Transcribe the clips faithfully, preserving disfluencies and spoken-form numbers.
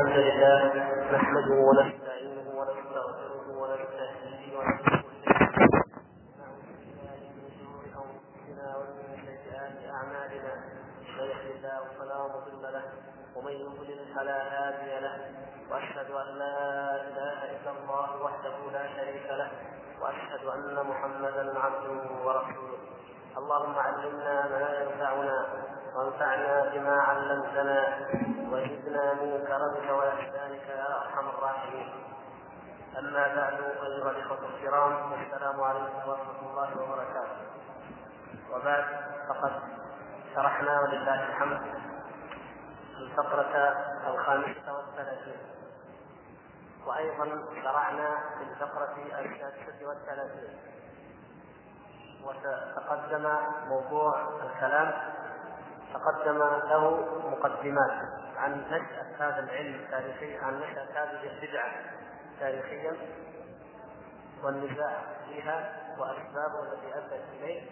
الحمد لله نحمده ونستعينه ونستغفره ونستهديه ونتوب إليه ونعوذ بالله من شرور أنفسنا ومن سيئات أعمالنا من يهده الله فلا مضل له ومن يضلل فلا هادي له وأشهد أن لا إله إلا الله وحده لا شريك له وأشهد أن محمدا عبده ورسوله. اللهم علمنا ما ينفعنا وانفعنا بما علمتنا وزدنا من كرمك وإحسانك يا أرحم الراحمين. أما بعد أيها الإخوة الكرام، السلام عليكم ورحمة الله وبركاته. وبعد فقد شرحنا ولله الحمد الفقرة الخامسة والثلاثين، وأيضا شرعنا في الفقرة السادسة والثلاثين، وتقدم موضوع الكلام تقدم له مقدمات عن نشأة هذا العلم التاريخي، عن نشأة هذه البدعة تاريخيا والنزاع فيها وأسبابه التي أدت إليه،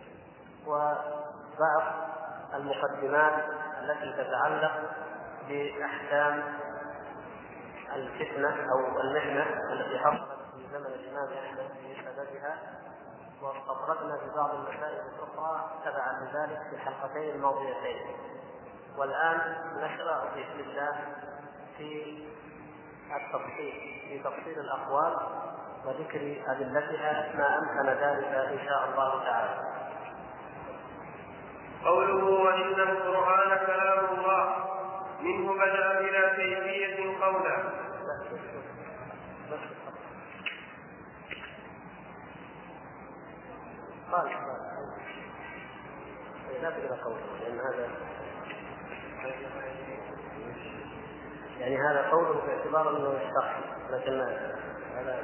وبعض المقدمات التي تتعلق بأحكام الفتنة أو المحنة التي حصلت في زمن الإمام أحمد في سببها، واستطردنا في بعض المسائل الأخرى تبعا لذلك في الحلقتين الماضيتين. والآن نشرع بإذن الله في التفصيل في تفصيل الأقوال وذكر أدلتها ما أمكن ذلك إن شاء الله تعالى. قوله وإن القرآن كلام الله منه بدأ بلا كيفية قولا. قال لا تقرأ قوله، لأن هذا يعني هذا قوله باعتبار أنه يشتغل، لكن هذا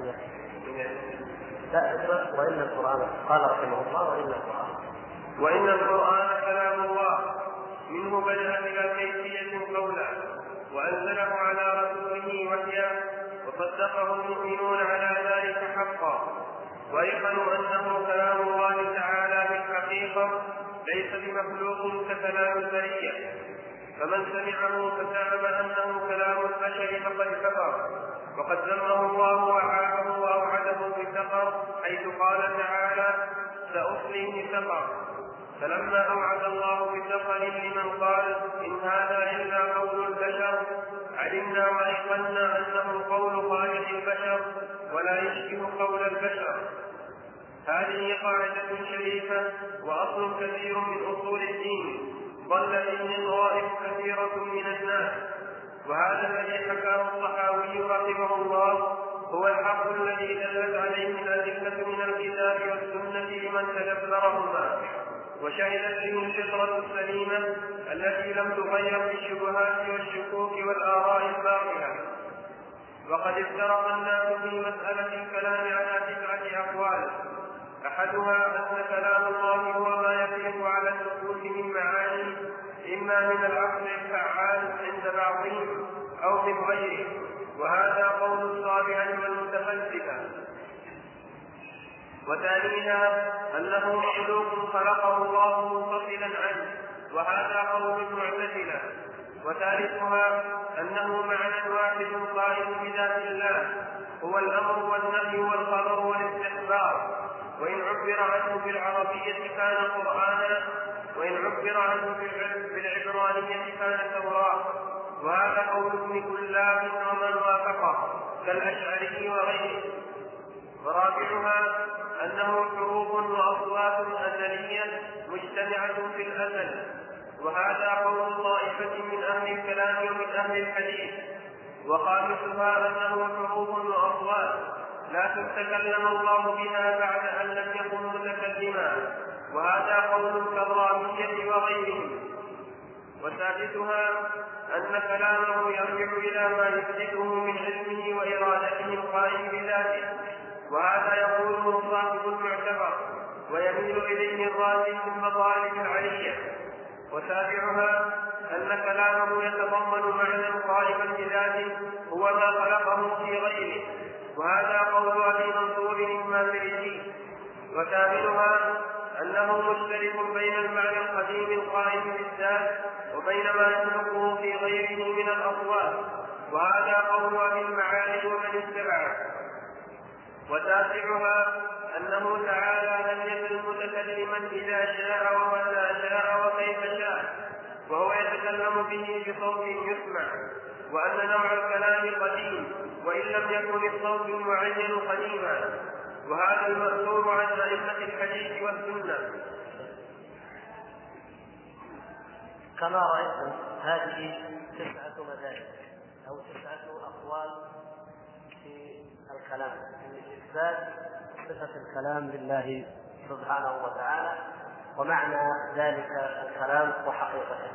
لا اقرأ وإن القرآن. قال رحمه الله وإن القرآن وإن القرآن كلام الله منه بدأ بلا كيفية قولا، وأنزله على رسوله وحيا، وصدقه المؤمنون على ذلك حقا، وأيقنوا أنه كلام الله تعالى بالحقيقة ليس بمخلوق ككلام البرية. فمن سمعه فزعم أنه كلام البشر فقد كفر، وقد ذمه الله وعابه وأوعده بالسقر، حيث قال تعالى سأصليه سقر. فلما أوعد الله بسقر لمن قال إن هذا إلا قول البشر، علمنا وأيقنا أنه قول خالق البشر ولا يشبه قول البشر. هذه قاعدة شريفة وأصل كثير من أصول الدين ضل به طوائف كثيرة من الناس، وهذا الذي حكاه الصحاوي رحمه الله هو الحق الذي دلت عليه الأدلة من الكتاب والسنة لمن تدبرهما، وشهدت به الفطرة السليمة التي لم تغير بالشبهات والشكوك والآراء الباطلة. وقد افترق الناس في مسألة الكلام على تسعة أقوال، أحدها أن كلام الله هو ما يفيق على النفوس من معاني، إما من العقل الفعال عند بعضهم أو من غيره، وهذا قول الصابئة والمتفلسفة. وثانيها أنه مخلوق خلقه الله منفصلا عنه، وهذا قول المعتزلة. وثالثها أنه معنى واحد قائم بذات الله، هو الأمر والنهي والخبر والاستخبار، وإن عبر عنه بالعربية كان قرآنا، وإن عبر عنه بالعبرانية كان توراة، وهذا قول ابن كلاب ومن وافقه كالأشعري وغيره. ورابعها أنه حروف وأصوات أزلية مجتمعة في الأزل، وهذا قول طائفة من أهل الكلام ومن أهل الحديث. وخامسها أنه حروف وأصوات لا تتكلم الله بها بعد أن لم يكن متكلما، وهذا قول الكرامية وغيرهم. وسادسها أن كلامه يرجع إلى ما يثبته من علمه وإرادته القائم بذاته، وهذا يقوله صاحب المعتبر ويميل إليه الرازي في المطالب العلية. وسابعها أن كلامه يتضمن معنى قائما بذاته هو ما خلقه في غيره، وهذا قول أبي منصور الماتريدي. وثامنها أنه مشترك بين المعنى القديم القائم بالذات وبين ما يخلقه في غيره من الأصوات، وهذا قول أهل المعاني ومن اتبعه. وتاسعها أنه تعالى لم يكن متكلما إذا شاء ومتى شاء وكيف شاء، وهو يتكلم به بصوت يسمع، وأن نوع الكلام قديم وإن لم يكن الصوت المعين قديما، وهذا المأثور عن أئمة الحديث والسنة. كما رأيتم هذه تسعة مذاهب أو تسعة أقوال في الكلام، في إثبات صفة الكلام لله سبحانه وتعالى ومعنى ذلك الكلام وحقيقته.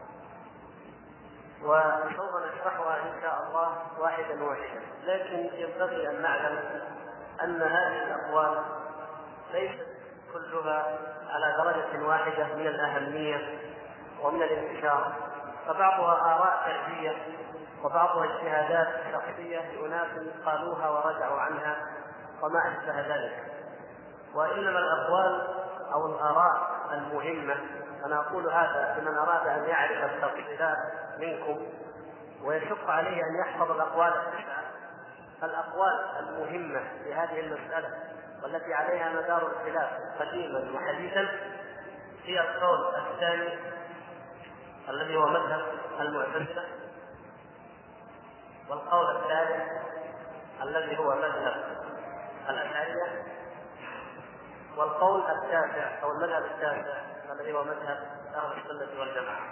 وسوف نشرحها إن شاء الله واحدا واحدا، لكن ينبغي أن نعلم أن هذه الأقوال ليست كلها على درجة واحدة من الأهمية ومن الانتشار، فبعضها آراء فردية وبعضها اجتهادات شخصية لأناس قالوها ورجعوا عنها وما أشبه ذلك. وإنما الأقوال أو الآراء المهمة، أنا أقول هذا لمن أراد أن يعرف التفصيلات منكم ويشق عليه أن يحفظ الأقوال التسعة، الأقوال المهمة في هذه المسألة والتي عليها مدار الخلاف قديما وحديثا هي القول الثاني الذي هو مذهب المعتزلة، والقول الثالث الذي هو مذهب الأشعرية، والقول التاسع أو المذهب التاسع الذي هو مذهب أهل السنة والجماعة.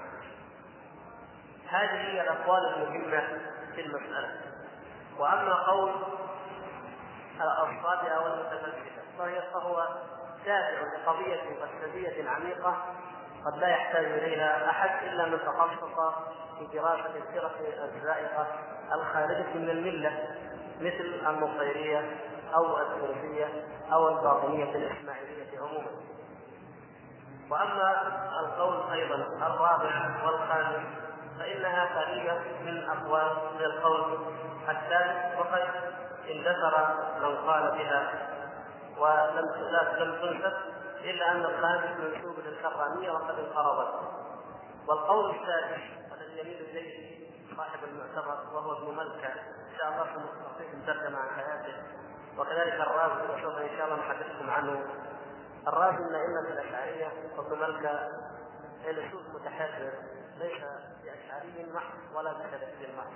هذه هي الأقوال المهمة في المسألة. وأما قول الصابئة والمتفلسفة فهو تابع لقضية فلسفية عميقة قد لا يحتاج إليها أحد إلا من تخصص في دراسة الفرق الزائغة الخارجة من الملة مثل النصيرية أو السلفية أو الباطنية الإسماعيلية عموما. وأما القول أيضا الرابع والخامس فإنها قريبة من أقوال من القول الثالث، وقد اندثر من قال بها ولم لم تنسب، إلا أن الخامس منسوب للكرامية وقد انقرضت. والقول السادس والذي يميل إليه صاحب المعتبر وهو ابن ملكة، إن شاء الله سنستطيع ترجمة عن حياته، وكذلك الرازي وسوف إن شاء الله نحدثكم عنه. الرازي من أئمة الأشعرية وابن ملكة فيلسوف متحرر ليس بأشعري محض ولا بسلفي محض،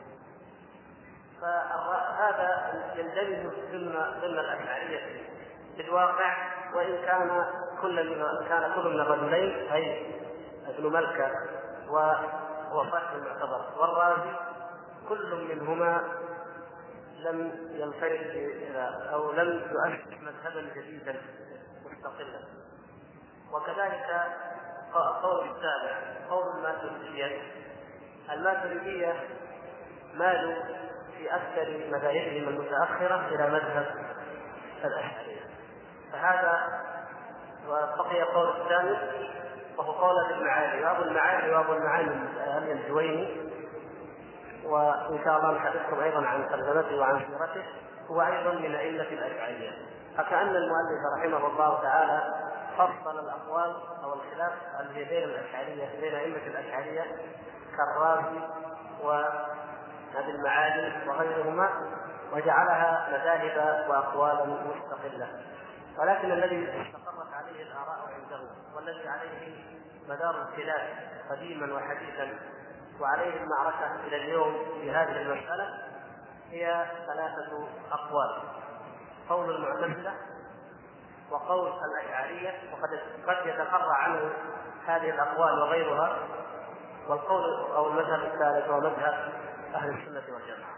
فهذا يندرج ضمن الأشعرية في الواقع، وإن كان كل من كان كل من الرجلين أي ابن ملكة وصاحب المعتبر والرازي كل منهما لم ينفرد إلى أو لم يؤسس مذهبا جديدا مستقلا. وكذلك قول السابع قول الماتريدية. الماتريدية مالوا في أكثر مذاهبهم المتأخرة إلى مذهب الأشعرية، فهذا وبقي قول الثاني وهو قول ابن المعالي وابو المعالي وابو المعالي الجويني، وإن شاء الله نحدثكم أيضا عن ترجمته وعن سيرته، هو أيضا من أئمة الأشعرية. فكأن المؤلف رحمه الله تعالى فصل الأقوال أو الخلاف الذي بين الأشعرية بين أئمة الأشعرية كالرازي وابن المعالي وغيرهما، وجعلها مذاهب وأقوالا مستقلة. ولكن الذي استقرت عليه الآراء عنده والذي عليه مدار الخلاف قديما وحديثا وعليه المعركة إلى اليوم في هذه المسألة هي ثلاثة أقوال: قول المعتزلة وقول الأشعرية، وقد قد يتفرع عنه هذه الأقوال وغيرها، والقول أو المذهب الثالث هو مذهب أهل السنة والجماعة.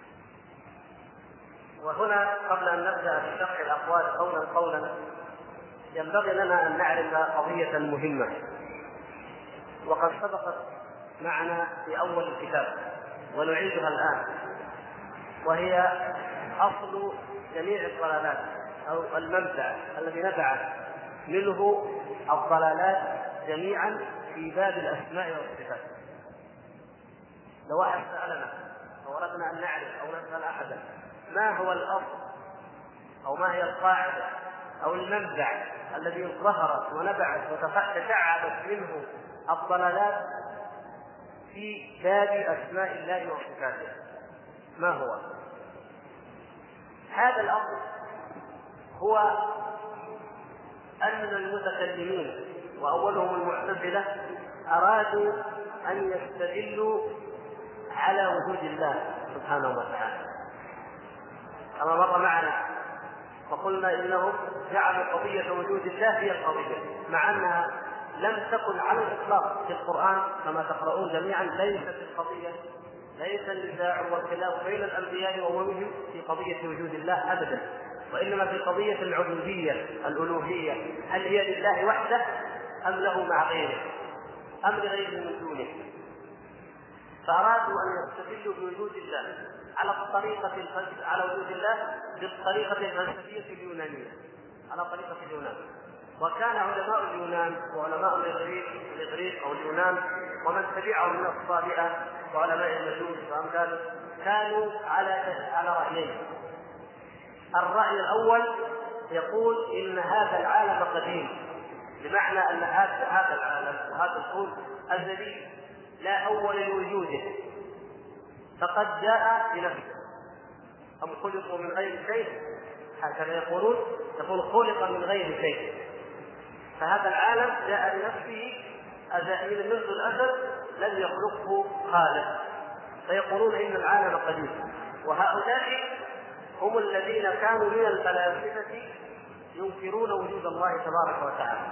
وهنا قبل أن نبدأ في شرح الأقوال قولا قولا ينبغي لنا أن نعرف قضية مهمة وقد سبقت معنا في أول الكتاب ونعيدها الآن، وهي أصل جميع الضلالات أو المبدأ الذي نبع منه الضلالات جميعا في باب الأسماء والصفات. لو أحد سألنا أو أردنا أن نعرف أو نسأل أحدا ما هو الأصل أو ما هي القاعدة أو المنبع الذي ظهرت ونبعت وتشعبت منه الضلالات في باب أسماء الله وصفاته، ما هو؟ هذا الأمر هو أن المتكلمين وأولهم المعتزلة أرادوا أن يستدلوا على وجود الله سبحانه وتعالى كما مر معنا، فقلنا إنهم جعلوا قضية وجود الله هي القضية، مع أنها لم تكن على الإطلاق في القرآن كما تقرؤون جميعا. ليست القضية ليس النزاع والخلاف بين الأنبياء وأممهم في قضية وجود الله أبدا، وإنما في قضية العبودية الألوهية، هل هي لله وحده أم له مع غيره أم لغيره من دونه. فأرادوا أن يستدلوا بوجود الله على الطريقة الفلسفية على وجود الله بالطريقة الفلسفية اليونانية، على طريقة اليونان. وكان علماء اليونان وعلماء الإغريق الإغريق أو اليونان ومن تبعهم من الصابئة وعلماء المجوس وأمثاله كانوا على على رأيين. الرأي الأول يقول إن هذا العالم قديم، بمعنى أن هذا العالم وهذا الكون أزلي لا أول لوجوده، فقد جاء بنفسه. أم خلقوا من غير شيء هكذا يقولون، يقول خلق من غير شيء. فهذا العالم جاء بنفسه من منذ الأزل لم يخلقه خالق، فيقولون إن العالم قديم. وهؤلاء هم الذين كانوا من الفلاسفة ينكرون وجود الله تبارك وتعالى.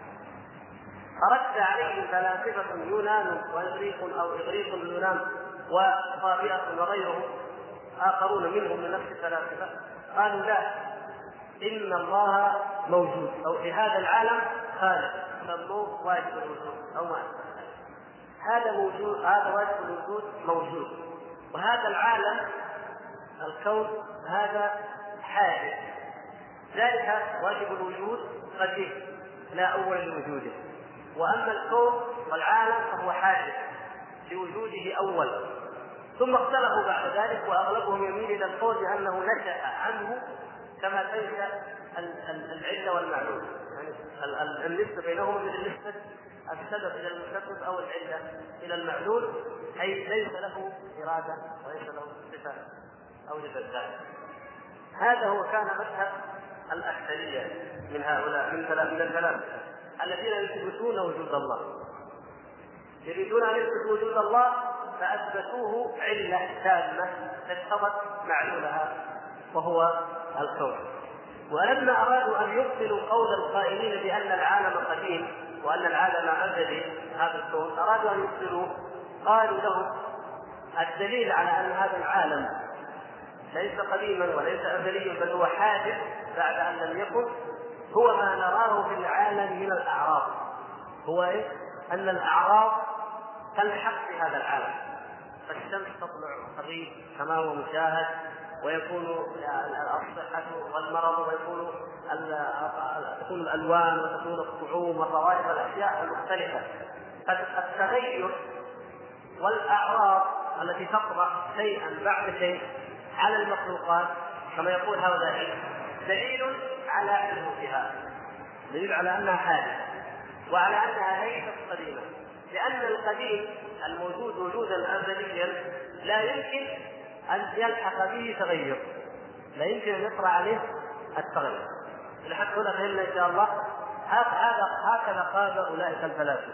فرد عليهم فلاسفة يونان وإغريق أو إغريق اليونان وصابئة وغيرهم آخرون منهم من نفس الفلاسفة، قالوا لا، إن الله موجود أو في هذا العالم خالق سموه واجب الوجود أو ما هذا موجود، هذا واجب الوجود موجود، وهذا العالم الكون هذا حادث، ذلك واجب الوجود قديم لا أول لوجوده، وأما الكون والعالم فهو حادث لوجوده أول. ثم اختلفوا بعد ذلك وأغلبهم يميل إلى القول بأنه نشأ عنه كما تنشأ العلة والمعلول، يعني النسبة بينهما من النسبة السبب إلى المسبب أو العلة إلى المعلول، أي ليس له إرادة وليس له صفة أو لذات. هذا هو كان مذهب الأكثرية من هؤلاء من الفلاسفة الذين يثبتون وجود الله، يريدون أن يثبتوا وجود الله فأثبتوه علة تامة اقتضت معلولها وهو الكون. ولما أرادوا أن يبطلوا قول القائلين بأن العالم قديم وأن العالم أزلي هذا الكون، أرادوا أن يبطلوه، قالوا لهم الدليل على أن هذا العالم ليس قديما وليس أزليا بل هو حادث بعد أن لم يكن هو ما نراه في العالم من الأعراض. هو إيه؟ أن الأعراض تلحق في هذا العالم، فالشمس تطلع خريف كما هو مشاهد، ويكون الصحة والمرض، ويكون تكون الألوان وتكون الطعوم والروائح والأشياء المختلفة. فالتغير والأعراض التي تطرأ شيئا بعد شيء على المخلوقات كما يقول هؤلاء دليل على حدوثها، دليل على أنها حادثة وعلى أنها ليست قديمة، لأن القديم الموجود وجودا أزليا لا يمكن أن يلحق به تغير، لا يمكن أن يطرأ عليه التغير. لحد هنا فهمنا إن شاء الله. هذا هكذا قال أولئك الفلاسفة.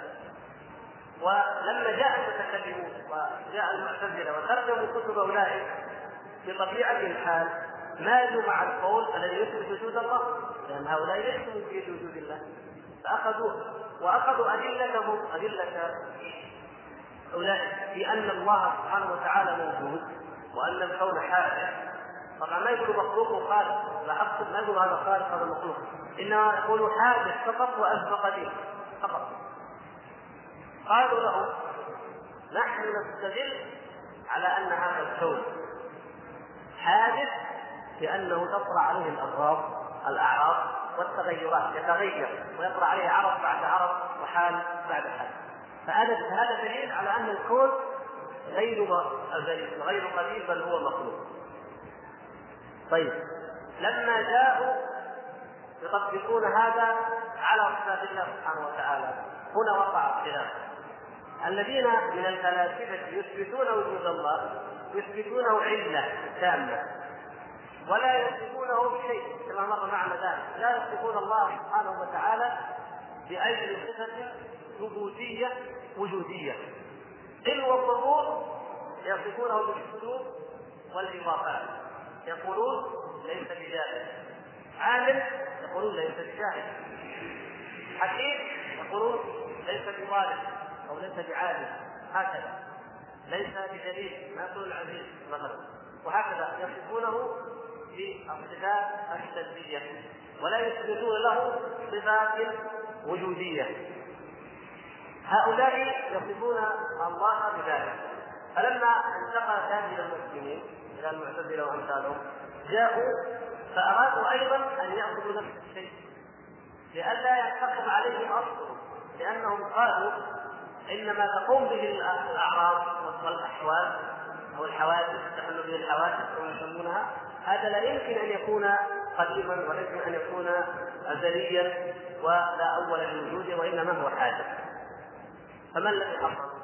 ولما جاء المتكلمون وجاء المعتزلة وترجموا كتب أولئك بطبيعة الحال مالوا مع القول الذي يثبت وجود الله، لأن هؤلاء ليسوا في وجود الله، فأخذوا وأخذوا أدلتهم أدلة أولئك في أن الله سبحانه وتعالى موجود وأن الكون حادث. طبعا ما يقولوا مخلوق وخالق، لاحظت ما يقولوا هذا خالق هذا مخلوق، إنما يقولوا حادث فقط وأزل قديم فقط. قالوا لهم نحن نستدل على أن هذا الكون حادث لأنه تطرأ عليه الأغراض الأعراض والتغيرات، يتغير ويطرأ عليه عرض بعد عرض وحال بعد حال. فهذا دليل على أن الكون غير أزلي وغير قديم بل هو مخلوق. طيب لما جاءوا يطبقون هذا على صفات الله سبحانه وتعالى هنا وقع الخلاف. الذين من الفلاسفة يثبتون وجود الله يثبتونه علة تامة ولا يصفونه بشيء كما مر معنا ذلك. لا يصفون الله سبحانه وتعالى بأي صفة ثبوتية وجودية، إن وصفوه يصفونه بالسلوك والإضافات، يقولون ليس بجاهل، عالم يقولون ليس بجاهل، حكيم يقولون ليس بظالم أو ليس بعالم، هكذا ليس بدليل ما يقول العزيز مثلا، وهكذا يصفونه بالصفات السلبية ولا يثبتون له صفات وجودية. هؤلاء يصفون الله بذلك. فلما انتقل كان الى المسلمين الى المعتزله وامثالهم جاءوا فارادوا ايضا ان ياخذوا نفس الشيء لئلا ينتقم عليه اصله، لانهم قالوا انما تقوم به الاعراض والاحوال او الحوادث، تحل به الحوادث كما يسمونها، هذا لا يمكن ان يكون قديما ولا يمكن ان يكون ازليا ولا اول لوجوده، وانما هو حادث. فما الذي حصل؟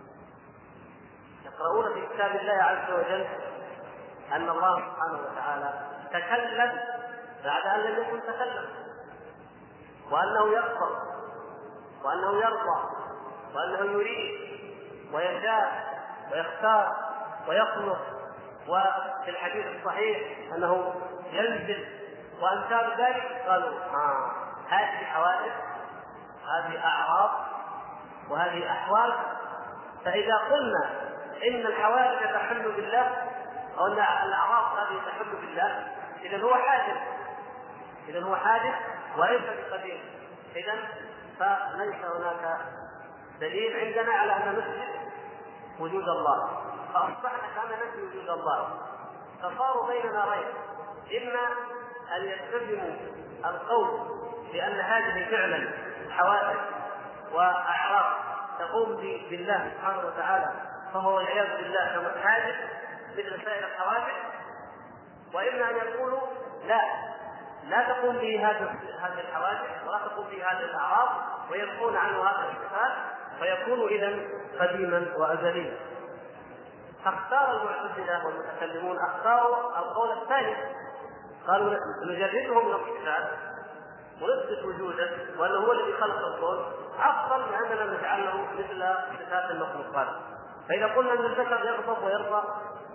يقرؤون في كتاب الله عز وجل ان الله سبحانه وتعالى تكلم بعد ان لم يكن تكلم، وانه يقدر وانه يرضى وانه يريد ويشاء ويختار ويخلق، وفي الحديث الصحيح انه ينزل وامثال ذلك. قالوا آه هذه حوادث، هذه اعراض، وهذه احوال. فاذا قلنا ان الحوادث تحل بالله او ان الاعراض هذه تحل بالله، اذا هو حادث، اذا هو حادث وليس بقديم، اذا فليس هناك دليل عندنا على ان نثبت وجود الله، فاصبحنا كان نفي وجود الله. فصاروا بيننا ريب، اما ان يلتزموا القول بان هذه فعلا حوادث واعراض تقوم بالله سبحانه وتعالى، فهو والعياذ بالله كما حادث مثل سائر الحوادث، واما ان يقولوا لا لا تقوم به هذه الحوادث ولا تقوم به هذه الاعراض، وينفون عنه هذه الصفات، فيكون اذا قديما وازليا. فاختار المعتزله والمتكلمون اختاروا القول الثاني، قالوا نجرده من الصفات ونثبت وجوده وانه هو الذي خلق الكون، افضل من اننا نجعله مثل صفات المخلوقات. فاذا قلنا ان البشر يغضب ويرضى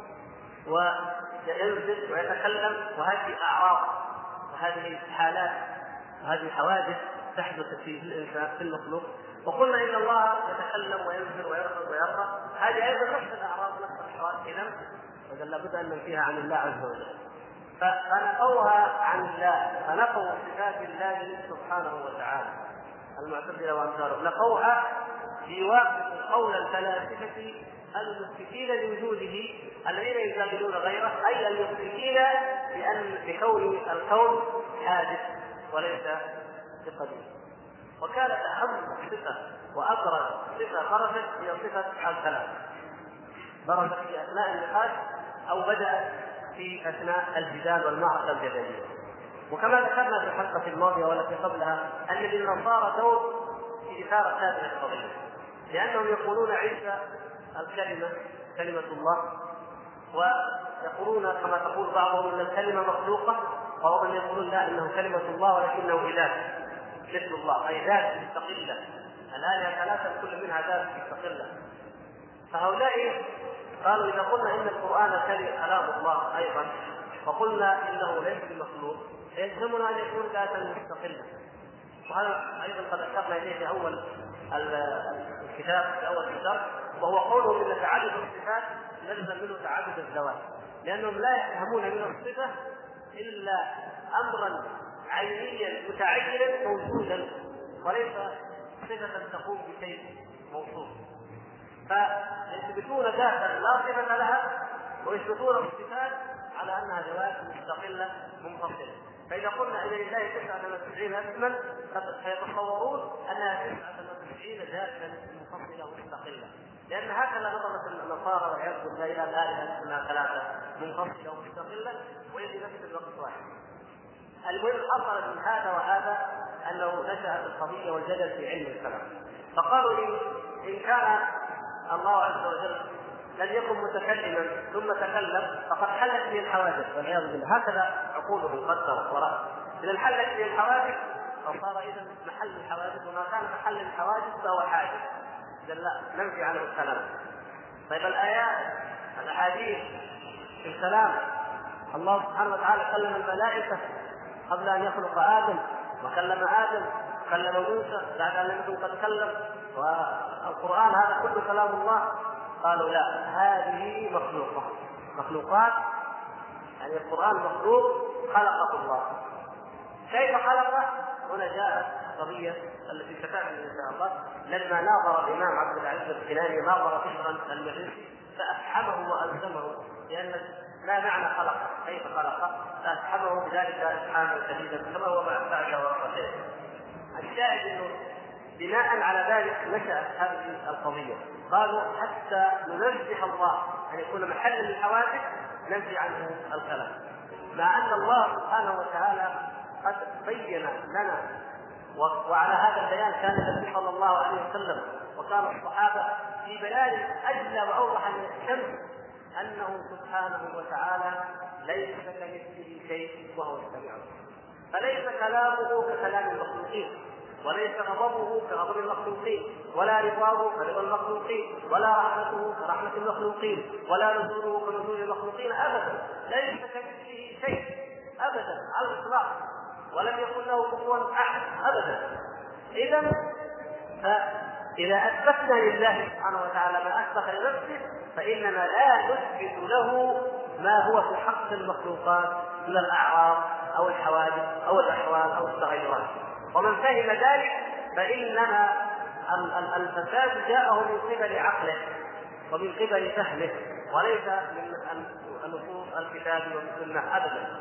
وينزل ويتكلم، وهذه اعراض وهذه حالات وهذه حوادث تحدث في الانسان في المخلوق، وقلنا ان الله يتكلم وينزل ويرقص ويرقى، هذه ايضا نفس الاعراض نفس الحوادث، اذا اذا لابد ان ننفيها عن الله عز وجل. فنقوها عن الله، فنقوا صفات الله سبحانه وتعالى المعتزله وامثالهم، نقوها ليوافقوا قول الفلاسفه المثبتين لوجوده الذين يجادلون غيره، اي المثبتين بان بكون الكون حادث وليس بقديم. وكانت اهم صفه وابرز صفه خرجت هي صفه الكلام، برزت في اثناء النقاش او بدات في اثناء الجدال والمعركه الجدليه. وكما ذكرنا في الحلقه الماضيه والتي قبلها ان للنصارى دور في اثاره هذه القضيه، لانهم يقولون عيسى الكلمه كلمه الله، ويقولون كما تقول بعضهم ان الكلمه مخلوقه، وبعضهم يقولون لا انه كلمه الله ولكنه اله مثل الله، اي ذات مستقله، الالهه ثلاثه كل منها ذات مستقله. فهؤلاء قالوا اذا قلنا ان القران كلام الله ايضا وقلنا انه ليس بمخلوق، يلزمنا ان يكون ذاتا مستقله. وهذا ايضا قد اشرنا اليه في اول الكتاب في اول الشرح، وهو قوله ان تعدد الصفات يلزم منه تعدد الذوات، لانهم لا يفهمون من الصفه الا امرا عينيا متعينا موجودا، وليس صفه تقوم بشيء موصوف. فيثبتون ذاتا لا صفه لها، ويثبتون الصفات على انها ذوات مستقله منفصله. فاذا قلنا ان لله تسعه وتسعين اسما فيتصورون انها تسعه وتسعين ذاتا منفصله مستقله، لان هكذا نظرت النصارى والعياذ بالله الى الالهه انها ثلاثه منفصله ومستقله وهي في نفس الوقت واحد. المهم حصل من هذا وهذا انه نشات القضيه والجدل في علم الكلام، فقالوا ان كان الله عز وجل لم يكن متكلما ثم تكلم فقد حلت به الحوادث والعياذ بالله. هكذا عقولهم قدرت ورأت. إذا حلت به الحوادث فصار إذا محل الحوادث، وما كان محل الحوادث فهو حادث. إذا لا ننفي عنه الكلام. طيب الآيات الأحاديث في الكلام، الله سبحانه وتعالى كلم الملائكة قبل أن يخلق آدم، وكلم آدم، كلم موسى بعد أن لم يكن قد كلم، والقرآن هذا كله كلام الله. قالوا لا، هذه مخلوقات مخلوقات يعني القرآن مخلوق خلقه الله. كيف خلقه؟ هنا جاءت القضية التي ستأتي إن شاء الله لما ناظر الإمام عبد العزيز الكناني ناظر فكرا المجلسي فأفحمه وألزمه، لأن لا معنى خلقه كيف خلقه، فأفحمه بذلك إفحاما شديدا كما هو ما بعد وقته. الشاهد أنه بناء على ذلك نشأت هذه القضية. قالوا حتى ننزه الله أن يكون محلا للحوادث ننفي عنه الكلام، مع أن الله سبحانه وتعالى قد بين لنا، وعلى هذا البيان كان النبي صلى الله عليه وسلم وكان الصحابة في بيان أجلى وأوضح من الشمس أنه سبحانه وتعالى ليس كمثله شيء وهو السميع البصير. فليس كلامه ككلام المخلوقين، وليس غضبه كغضب المخلوقين، ولا رضاه كرضا المخلوقين، ولا رحمته كرحمة المخلوقين، ولا نزوله كنزول المخلوقين أبدا. ليس كمثله شيء أبدا على الإطلاق، ولم يكن له كفوا أحد أبدا. إذا فإذا أثبتنا لله سبحانه وتعالى ما أثبت لنفسه فإننا لا نثبت له ما هو في حق المخلوقات من الأعراض أو الحوادث أو الأحوال أو التغيرات. ومن فهم ذلك فإنما الفساد جاءه من قبل عقله ومن قبل فهمه، وليس من نصوص الكتاب والسنة أبدا.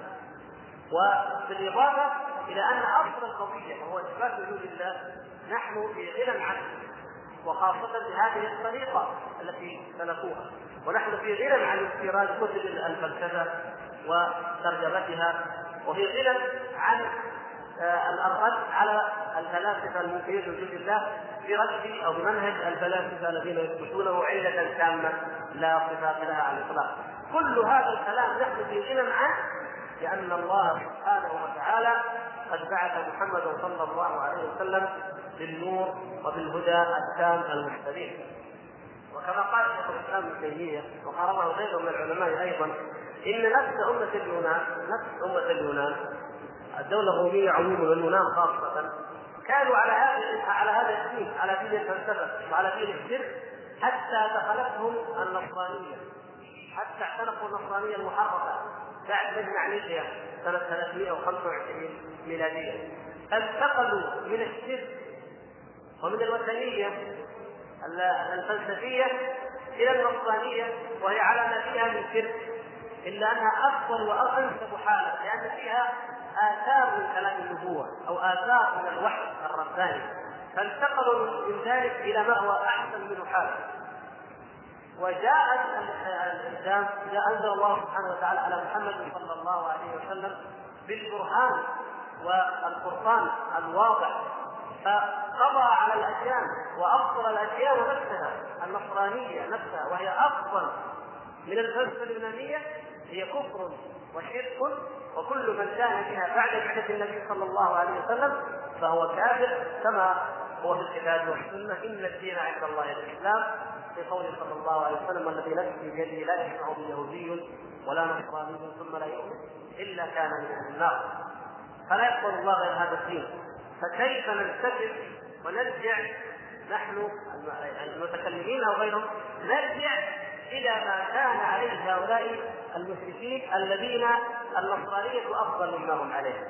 وبالإضافة إلى أن أصل القضية وهو إثبات وجود الله نحن في غنى عنه، وخاصة بهذه الطريقة التي سلكوها، ونحن في غنى عن استيراد كتب الفلسفة وترجمتها، وفي غنى عن الرد على الفلاسفة المنكرين لوجود الله برد أو بمنهج الفلاسفة الذين يثبتونه علة تامة لا صفات لها على الإطلاق. كل هذا الكلام نحن في غنى عنه، لأن الله سبحانه وتعالى قد بعث محمدا صلى الله عليه وسلم بالنور وبالهدى التام المستبين. وكما قال شيخ الإسلام ابن تيمية وقرره غيره من العلماء أيضا، إن نفس أمة اليونان نفس أمة اليونان الدولة الرومية عموما واليونان خاصة كانوا على هذا على هذا الدين، على دين الفلسفة وعلى دين الشرك، حتى دخلتهم النصرانية، حتى اعتنقوا النصرانية المحرفة بعد مجمع نيقيا سنة ثلاثمائة وخمسة وعشرين ميلادية. انتقلوا من الشرك ومن الوثنية الفلسفية إلى النصرانية، وهي على ما فيها من شرك، إلا أنها أفضل وأنسب حالا، لأن فيها آثار من كلام النبوة أو آثار من الوحي الرباني، فانتقلوا من ذلك إلى ما هو أحسن منه حالا. وجاء الإسلام، جاء أنزل الله سبحانه وتعالى على محمد صلى الله عليه وسلم بالبرهان والقرآن الواضح، فقضى على الأديان وأفضل الأديان نفسها. النصرانية نفسها وهي أفضل من الفلسفة اليونانية هي كفر وشرك، وكل من كان فيها بعد بعثة النبي صلى الله عليه وسلم فهو كافر، كما هو في الكتاب والسنة: إن الدين عند الله الإسلام، في قوله صلى الله عليه وسلم: الذي نفسي بيده لا يسمع به يهودي ولا نصراني ثم لا يؤمن إلا كان من أهل النار. فلا يقبل الله غير هذا الدين. فكيف نلتفت ونرجع نحن المتكلمين أو غيرهم نرجع إلى ما كان عليه هؤلاء المشركين الذين النصرانية أفضل مما هم عليه؟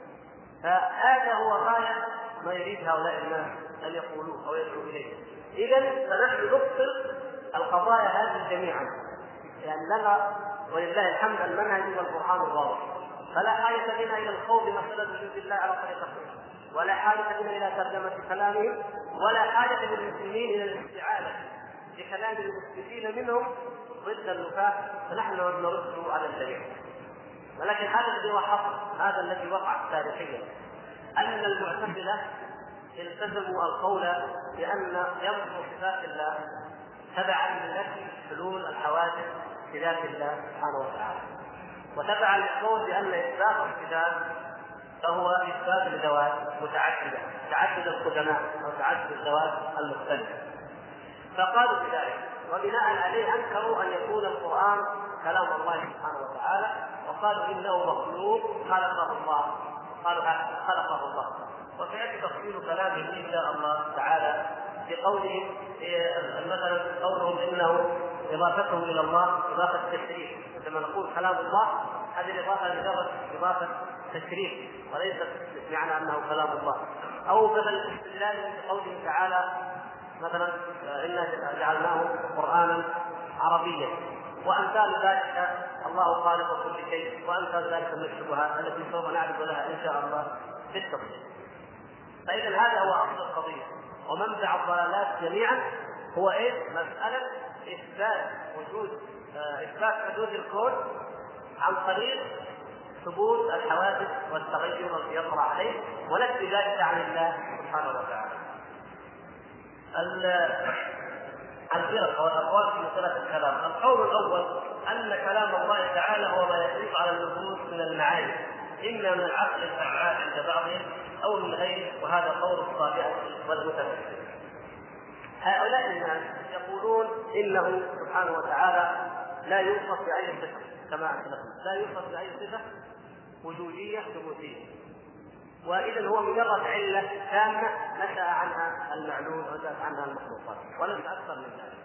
فهذا هو غاية ما يريد هؤلاء الناس أن يقولوه أو يدعوا إليه. إذن فنحن نبطل القضايا هذه جميعا، لأن لنا ولله الحمد المنهج والقرآن الواضح، فلا حاجة بنا إلى الخوض مسألة وجود الله على طريقة، ولا حاجة بنا إلى ترجمة كلامهم، ولا حاجة للمسلمين إلى الاستعانة بكلام المسلمين منهم ضد النفاق، فنحن نرد على الجميع. ولكن هذا الذي وقع هذا الذي وقع تاريخيا أن المعتزلة التزموا القول بأن ينفي صفات الله تبعا لنفي حلول الحوادث بذات الله سبحانه وتعالى، وتبعا للقول بأن إثبات الصفات فهو إثبات لذوات متعددة، تعدد القدماء أو تعدد الذوات المختلفة. فقالوا بذلك، وبناء عليه أنكروا أن يكون القرآن كلام الله سبحانه وتعالى، وقالوا إنه مخلوق خلقه الله، قالوا خلقه الله. وسيأتي تفصيل كلامه إن شاء الله تعالى في قولهم، مثلا قولهم إنه إضافتهم إلى الله إضافة تشريف، لما نقول كلام الله هذه الإضافة مجرد إضافة تشريف وليست معنى أنه كلام الله. أو مثلا الاستدلال بقوله تعالى مثلا إنا جعلناه قرآنا عربيا، وأمثال ذلك الله خالق كل شيء، وأمثال ذلك من الشبهات التي سوف نعرض لها إن شاء الله بالتفصيل. فإذا هذا هو أصل القضية ومنبع الضلالات جميعا، هو إيه؟ مسألة إثبات وجود إثبات حدوث الكون عن طريق ثبوت الحوادث والتغير الذي يطرأ عليه، ونفي ذلك عن الله سبحانه وتعالى. الفرق والأقوال في مسألة الكلام. القول الأول أن كلام الله تعالى هو ما يفيض على النفوس من المعاني، إما من العقل الفعال عند بعضهم أو من غيره، وهذا قول الصابئة والمتفكرين. هؤلاء الناس يقولون إنه سبحانه وتعالى لا يوصف بأي صفة كما أسلفنا، لا يوصف بأي صفة وجودية ثبوتية، وإذا هو مجرد علة تامة نشأ عنها المعلوم ونشأت عنها المخلوقات وليس أكثر من ذلك.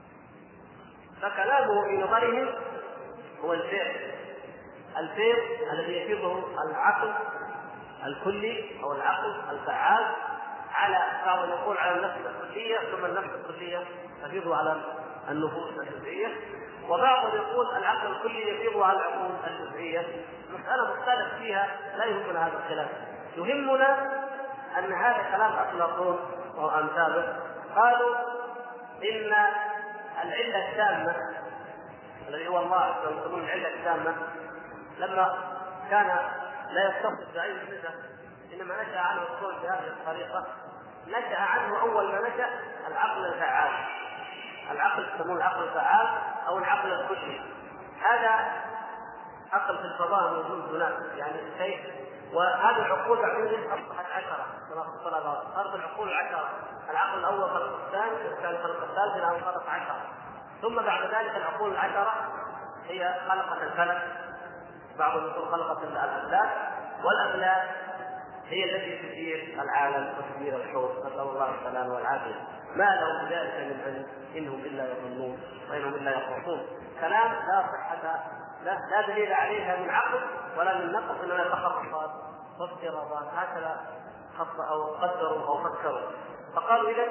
فكلامه في نظرهم هو الفعل، الفعل الذي يفيضه العقل الكلي أو العقل الفعال على بعض يقول على النفس الكلية، ثم النفس الكلية تفيض على النفوس الجزئية، وبعضهم يقول العقل الكلي يفيض على العقول الجزئية. مسألة مختلف فيها لا يهمنا هذا الكلام، يهمنا أن هذا كلام أفلاطون وأمثاله. قالوا إن العلة التامة الذي هو الله يسمون العلة التامة لما كان لا يتصف بأي صفة إنما نشأ عنه الكون بهذه الطريقة، نشأ عنه أول ما نشأ العقل الفعال، العقل يسمون العقل الفعال أو العقل الكلي. هذا عقل في الفضاء موجود هناك يعني شيء، وهذه العقول بعدين أصبحت عشرة كما فصل الله، صارت العقول العشرة، العقل الأول خلق الثاني، والثاني خلق الثالث، الآن خلق عشرة، ثم بعد ذلك العقول العشرة هي خلقت الفلك، بعضهم يقول خلقت الأفلاك، والأفلاك هي التي تدير العالم وتدير الحوض، نسأل الله السلامة والعافية. ما لهم بذلك من علم إنهم إلا يظنون وإنهم إلا يخرصون. كلام لا صحة لا, لا دليل عليها من عقل ولا من نقص، إنما تخرصات وافتراضات هكذا أو قدروا أو فكروا. فقالوا إذا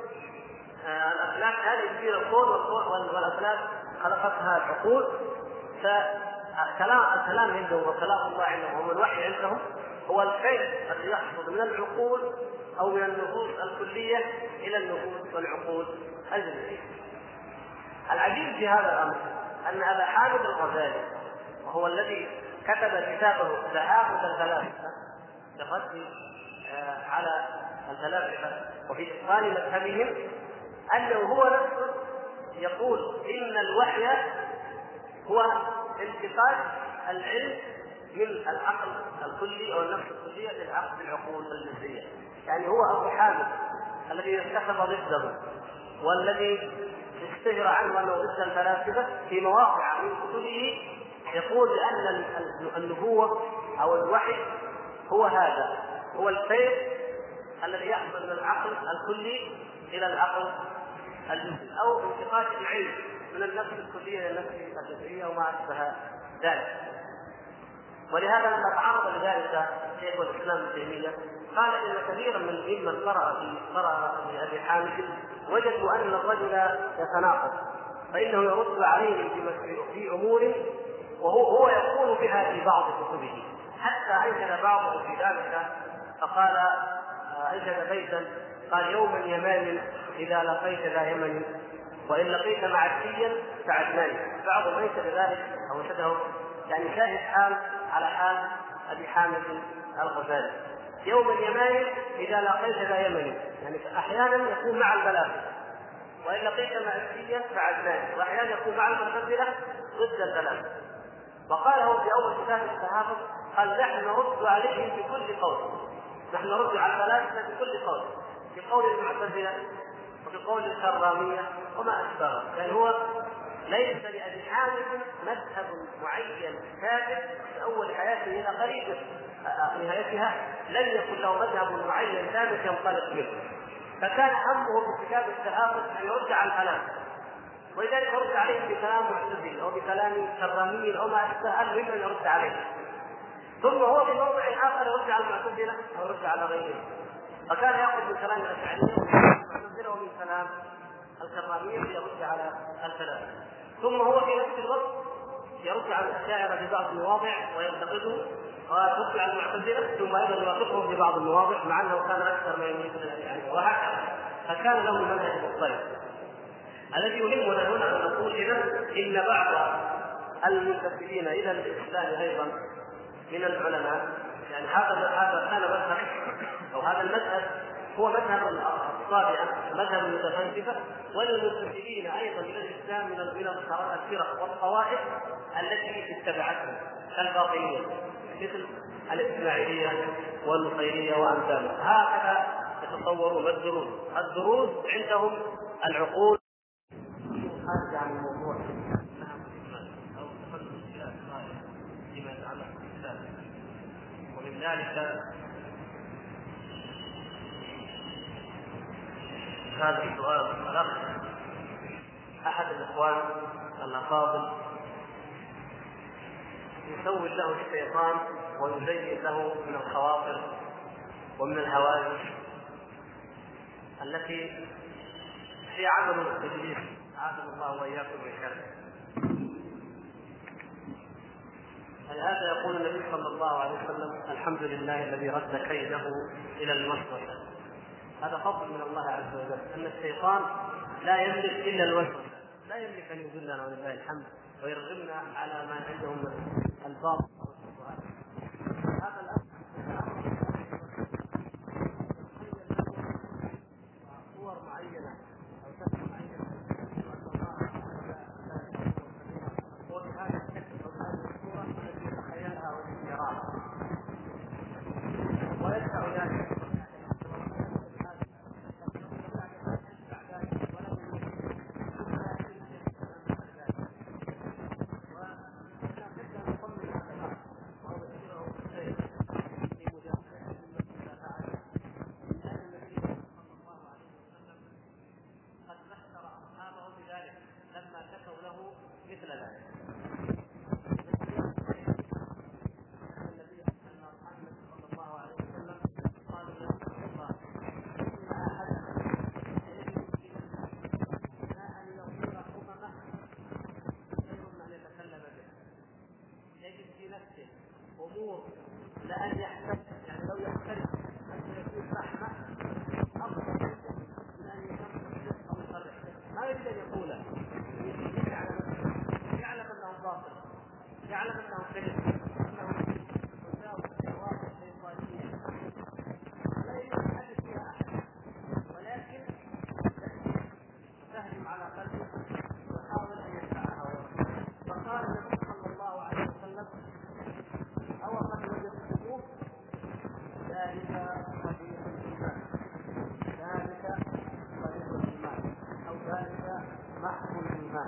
آه الأفلاك هذه تدير الكون والأفلاك خلقتها العقول. فكلام الكلام عندهم وكلام الله عندهم ومن الوحي عندهم هو الفعل الذي يحصل من العقول أو من النفوس الكلية إلى النفوس والعقول الجزئية. العجيب في هذا الأمر أن أبا حامد الغزالي وهو الذي كتب كتابه تحافظ الفلاسفة بقدم على الفلاسفة وفي إبطال مذهبهم، أنه هو نفسه يقول إن الوحي هو انتقال العلم من العقل الكلي أو النفس الكلية للعقل العقول الجزئية. يعني هو أبو حامد الذي اتخذ ضده والذي اشتهر عنه أنه ضد الفلاسفة في مواقع من كتبه يقول بأن النبوة أو الوحي هو هذا، هو السير الذي يحصل من العقل الكلي إلى العقل الجزئي، أو انتقال العلم من النفس الكلية إلى النفس الجزئية وما أشبه ذلك. ولهذا لما تعرض لذلك شيخ الإسلام ابن تيمية قال إن كثيرا من ممن قرأ في قرأ في أبي حامد وجدوا أن الرجل يتناقض، فإنه يرد عليهم في أمور وهو هو يقول بها في بعض كتبه، حتى أنشد بعضهم في ذلك فقال أنشد بيتا قال: يوما يمان إذا لقيت ذا يمن وإن لقيت معديا فعدناني. بعضهم أنشد ذلك أو أنشده يعني شاهد حال على حال أبي حامد الغزالي. يوما يمان إذا لقيت ذا يمن، يعني أحيانا يكون مع البلاغة وإن لقيت مأسيا فعدنان، وأحيانا يكون مع المعتزلة ضد الثلاثة. وقاله في أول كتاب التحافظ قال نحن نرد عليهم بكل قول، نحن نرد على الثلاثة بكل قول، بقول المعتزلة وبقول الكرامية وما أشبهه. يعني هو ليس لأبي حامد مذهب معين ثابت في أول حياته إلى قريب نهايتها، لم يكن له مذهب معين ثابت ينطلق منه، فكان همه في كتاب التحافظ أن يرد على الكلام، ولذلك يرد عليه بكلام معتزلي أو بكلام كرامي أو ما أشبه، المهم أن يرد عليه. ثم هو في موضع آخر يرد على المعتزلة أو يرد على غيره، فكان يأخذ من كلام الأشعرية المعتزلة ومن كلام الكرامية ليرد على الثلاثة. ثم هو في نفس الوقت يرد على الأشاعرة في بعض المواضع وينتقده، ويرد على المعتزلة ثم أيضا يوافقهم في بعض المواضع مع أنه كان أكثر ما يميل إلى الأشاعرة، وهكذا. فكان له منهج مختلف. الذي يهمنا هنا أن نقول إذا إن بعض المنتسبين إلى الإسلام أيضا من العلماء، يعني هذا هذا كان مذهب أو هذا المذهب هو مذهب الصابئة، مذهب المتفلسفة، والمنتسبين أيضا إلى الإسلام من من الفرق والطوائف التي اتبعتهم كالباطنية مثل الإسماعيلية والنصيرية وأمثالها. هكذا يتصورون الدروس الدروس عندهم العقول خارج عن الموضوع أو تخلص إلى الغاية فيما يتعلق بالإسلام. ومن ذلك هذا السؤال الأخ أحد الإخوان الأفاضل يسول له الشيطان ويزين له من الخواطر ومن الهواجس التي هي عمل إبليس، عافانا الله وإياكم من شره. فلهذا يقول النبي صلى الله عليه وسلم الحمد لله الذي رد كيده إلى المسوسة. هذا فضل من الله عز وجل، أن الشيطان لا يملك إلا الوسوسة، لا يملك أن يذلنا ولله الحمد ويرغمنا على ما عندهم من الباطل أو الشبهات. هذا الأمر صور معينة أو شكل معين هو بهذا الشكل أو بهذه الصورة التي يتخيلها والتي يراها، ويدفع ذلك لأن يحتاج، يعني لو يحتاج أن يكون رحمة أفضل من أن يكون أو يصرح، ما يريد أن يقوله، يعلم أنه باطل، يعلم أنه كذب، أنه مساوي الواقع الشيطانية، لا يريد أن يحدث فيها أحد، ولكن تهجم على قلبه ويحاول أن يدفعها هواه. فقال النبي صلى الله عليه وسلم أو قد وجدتموه ذلك قبيح الإيمان، ذلك قبيح الإيمان أو ذلك محو الإيمان.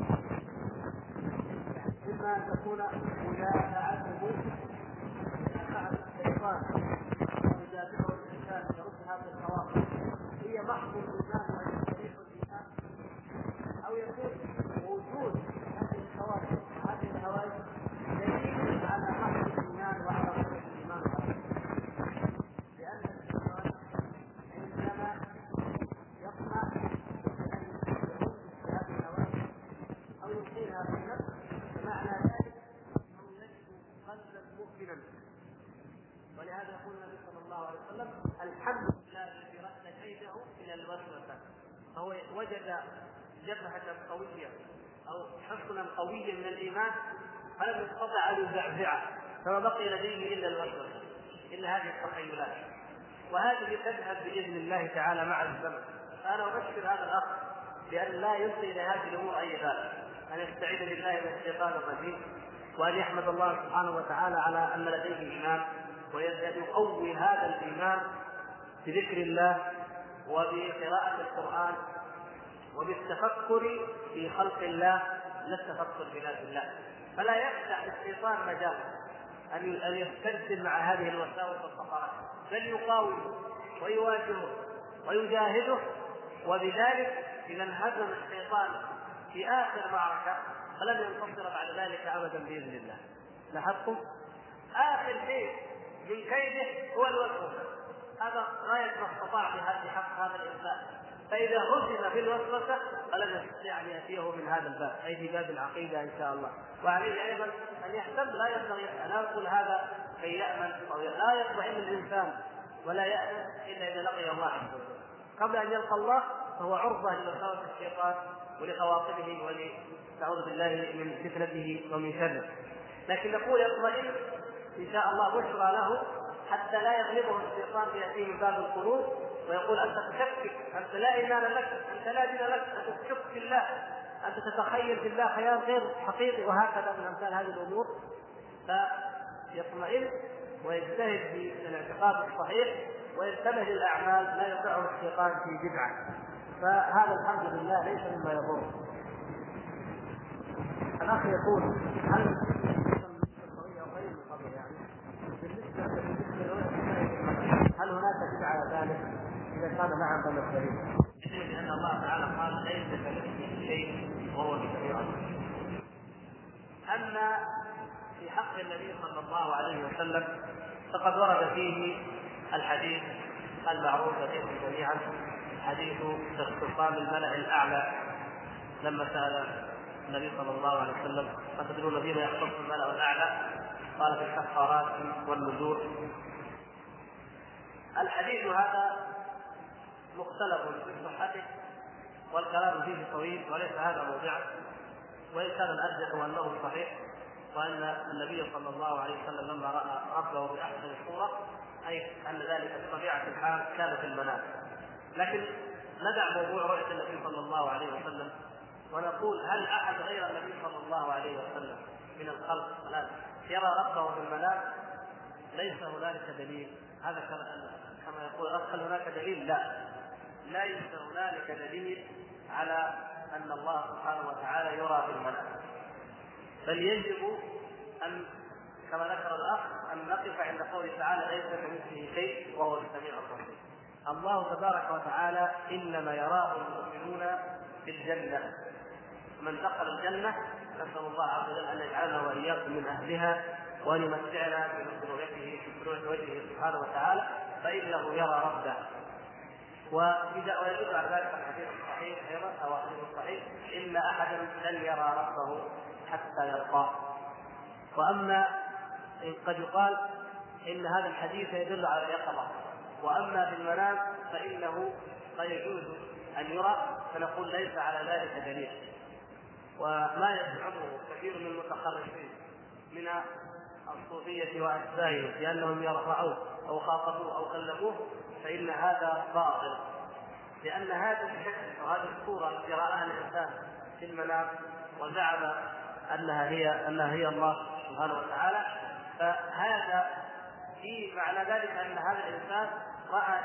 إما أن تكون مدافعته مدافعة الشيطان ويدافعه الإنسان يرد هذه الخواطر هي محو الإيمان وهي قبيح الإيمان، أو يكون وجود هذه الخواطر هذه الهواجس دليل على محو الإيمان وعلى قبيح الإيمان، لأن الشيطان عندما يطمع أن يكون بهذه الهواجس أو يلقيها في النفس معنى ذلك أنه يجد قلبا مؤمنا. ولهذا يقول النبي صلى الله عليه وسلم الحمد لله الذي رد كيده إلى الوسوسة، فهو وجد جبهة قوية أو حصنا قويا من الإيمان فلم يستطع أن يزعزعه، فما بقي لديه إلا الوسوسة، إلا هذه التخيلات، وهذه تذهب بإذن الله تعالى مع الزمن. فأنا أبشر هذا الأخ بأن لا يلقي إلى هذه الأمور أي بال، أن يستعيذ بالله من الشيطان الرجيم، وأن يحمد الله سبحانه وتعالى على أن لديه إيمان، ويقوي هذا الإيمان بذكر الله وبقراءة القرآن وبالتفكر في خلق الله، لا التفكر في ذات الله. فلا يفتح الشيطان مجال أن يستجدل مع هذه الوساوس والفقرات، بل يقاومه ويواجهه ويجاهده. وبذلك إذا انهزم الشيطان في آخر معركة فلن ينتصر بعد ذلك أبدا بإذن الله. لاحظتم؟ آخر شيء من كيده هو الوسوسة، هذا غاية ما استطاع في حق هذا الإنسان. فإذا هزم في الوسوسة فلن يستطيع أن يأتيه من هذا الباب، أي في باب العقيدة إن شاء الله. وعليه أيضا أن يحسب، لا ينبغي أن أقول هذا كي يأمن، أو لا يطمئن الإنسان ولا يأمن إلا إذا لقي الله عز وجل. قبل أن يلقى الله فهو عرضة لوساوس الشيطان ولخواطره ونعوذ بالله من فتنته ومن شره. لكن نقول يطمئن إن شاء الله، بشرى له حتى لا يغلبه الشيطان فيأتيه من باب القلوب ويقول أنت تشكك، أنت لا إيمان لك، أنت لا دين لك، أنت تشك في الله، أنت تتخيل في الله خيال غير حقيقي، وهكذا من أمثال هذه الأمور. فيطمئن ويجتهد في الاعتقاد الصحيح وينتبه للأعمال لا يوقعه الشيطان في بدعة، فهذا الحمد لله ليس مما يضر. الأخ يقول هل هل هناك بدعة ذلك؟ إذا كان نعم فما الدليل؟ لأن الله تعالى قال ليس كمثله شيء وهو السميع البصير. أما في حق النبي صلى الله عليه وسلم فقد ورد فيه الحديث المعروف لديكم جميعا، حديث استخفاف الملأ الأعلى لما سأل النبي صلى الله عليه وسلم فتدرون الذين يختص الملأ الأعلى؟ قال في الكفارات والنذور. الحديث هذا مختلف في صحته والكلام فيه طويل وليس هذا موضعه، وإن كان الأرجح أنه صحيح، وأن النبي صلى الله عليه وسلم لما رأى ربه بأحسن صورة أي أن ذلك بطبيعة الحال كان في المنام. لكن ندع موضوع رؤية النبي صلى الله عليه وسلم ونقول هل أحد غير النبي صلى الله عليه وسلم من الخلق الآن يرى ربه في المنام؟ ليس هنالك دليل. هذا كما يقول هل هناك دليل؟ لا، ليس هنالك دليل على أن الله سبحانه وتعالى يرى في المنام، بل يجب أن كما ذكر الأخ أن نقف عند قوله تعالى ليس كمثله شيء وهو السميع البصير. الله تبارك وتعالى إنما يراه المؤمنون في الجنة، من دخل الجنة نسأل الله عز وجل أن يجعلنا وإياكم من أهلها وأن يمتعنا برؤيته في وجهه سبحانه وتعالى، فإنه يرى ربه. وإذا ويدل على ذلك الحديث الصحيح أيضا أو الحديث الصحيح إن أحدا لن يرى ربه حتى يلقاه. وأما قد يقال إن هذا الحديث يدل على اليقظة، وأما في المنام فإنه قد يجوز أن يرى، فنقول ليس على ذلك دليل. وما يزعمه كثير من المتخرجين من الصوفية وأتباعهم بأنهم يرفعوه أو خاطبوه أو كلموه فإن هذا باطل، لأن هذا الشكل وهذه الصورة التي رآها الإنسان في المنام وزعم أنها هي أنها هي الله سبحانه وتعالى، فهذا في معنى ذلك أن هذا الإنسان رأى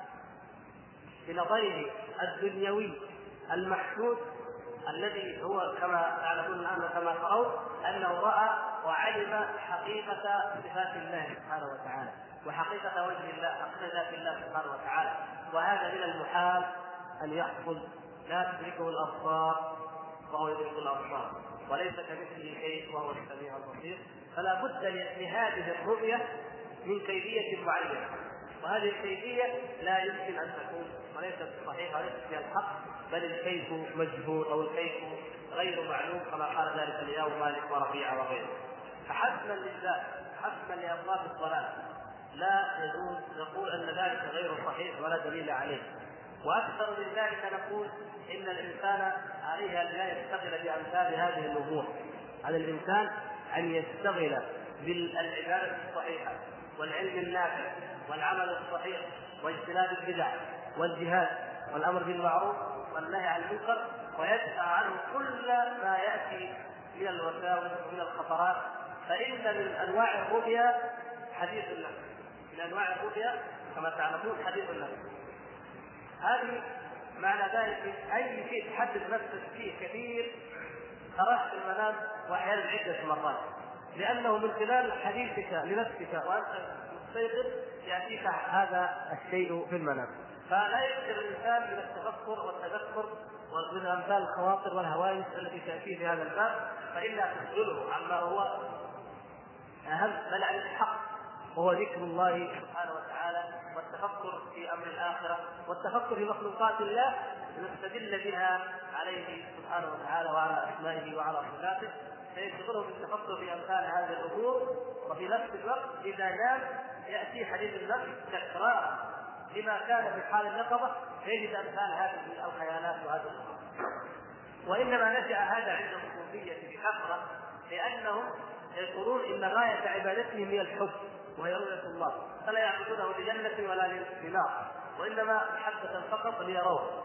بنظره الدنيوي المحدود الذي هو كما تعلمون الآن وكما ترون أنه رأى وعلم حقيقة صفات الله سبحانه وتعالى وحقيقة وجه الله، حقيقة ذات الله سبحانه وتعالى، وهذا من المحال أن يحصل، لا تدركه الأبصار وهو يدرك الأبصار، وليس كمثله شيء وهو السميع البصير. فلا بد لهذه الرؤية من كيفية معينة، وهذه الكيفية لا يمكن أن تكون وليست صحيحة وليست فيها الحق، بل الكيف مجهول أو الكيف غير معلوم كما قال ذلك اليوم مالك وربيعة وغيره. فحسما لله حسما لأبواب الضلال لا يجوز نقول أن ذلك غير صحيح ولا دليل عليه. وأكثر من ذلك نقول إن الإنسان عليه أن لا يشتغل بأمثال هذه الأمور، على الإنسان أن يشتغل بالعبادة الصحيحة والعلم النافع والعمل الصحيح واجتناب البدع والجهاد والأمر بالمعروف والنهي عن المنكر، ويدفع عنه كل ما يأتي من الوساوس ومن الخطرات. فإن من أنواع الرؤيا حديث النفس، من أنواع الرؤيا كما تعلمون حديث النفس. هذه معنى ذلك أي شيء تحدث نفسك فيه كثير تراه في المنام وأحيانا عدة مرات، لأنه من خلال حديثك لنفسك وأنت مستيقظ يأتيك هذا الشيء في المنام. فلا يقدر الإنسان من التفكر والتذكر ومن أمثال الخواطر والهواجس التي تأتي في هذا الباب، فإلا تشغله عما هو أهم بل عن الحق، وهو ذكر الله سبحانه وتعالى والتفكر في أمر الآخرة والتفكر في مخلوقات الله لنستدل بها عليه سبحانه وتعالى وعلى أسمائه وعلى صفاته، فيشغله بالتفكر في أمثال هذه الأمور. وفي نفس الوقت إذا نام يأتي حديث النفس تكرار لما كان في حال اليقظة، فيجد أمثال هذه الخيالات وهذه الأمور. وإنما نشأ هذا عند الصوفية بكثرة، لأنهم يقولون إن غاية عبادتهم هي الحب وهي رؤية الله، فلا يعبدونه لجنة ولا لنار، وإنما محبة فقط ليروه.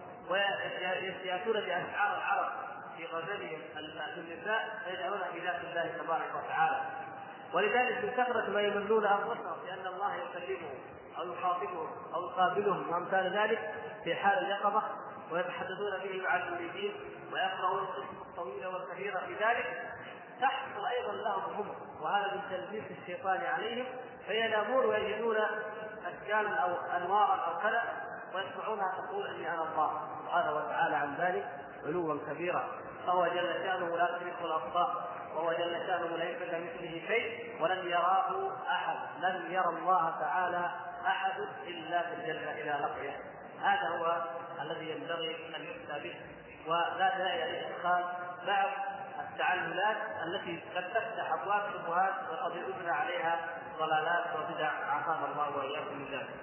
ويأتون بأشعار العرب في غزلهم النساء فيجعلون في ذات الله تبارك وتعالى. ولذلك من كثرة ما يملون أنفسهم بأن الله يكلمهم أو يخاطبهم أو يقابلهم وأمثال ذلك في حال اليقظة، ويتحدثون به مع المريدين ويقرؤون القصص الطويلة والكثيرة في ذلك، تحصل أيضا لهم هم، وهذا من تلبيس الشيطان عليهم، فينامون ويجدون أشكالا أو أنوارا أو كذا ويسمعونها تقول أني أنا الله سبحانه وتعالى عن ذلك علوا كبيرا. فهو جل شأنه لا تدركه الأبصار وهو جل شأنه ليس كمثله شيء ولن يراه أحد، لن يرى الله تعالى أحد إلا في الجنة إلى لقيه. هذا هو الذي ينبغي أن يفتى به، ولا داعي لإدخال بعض التعللات التي قد تفتح أبواب شبهات وقد يبنى عليها ضلالات وبدع عافانا الله وإياكم من ذلك.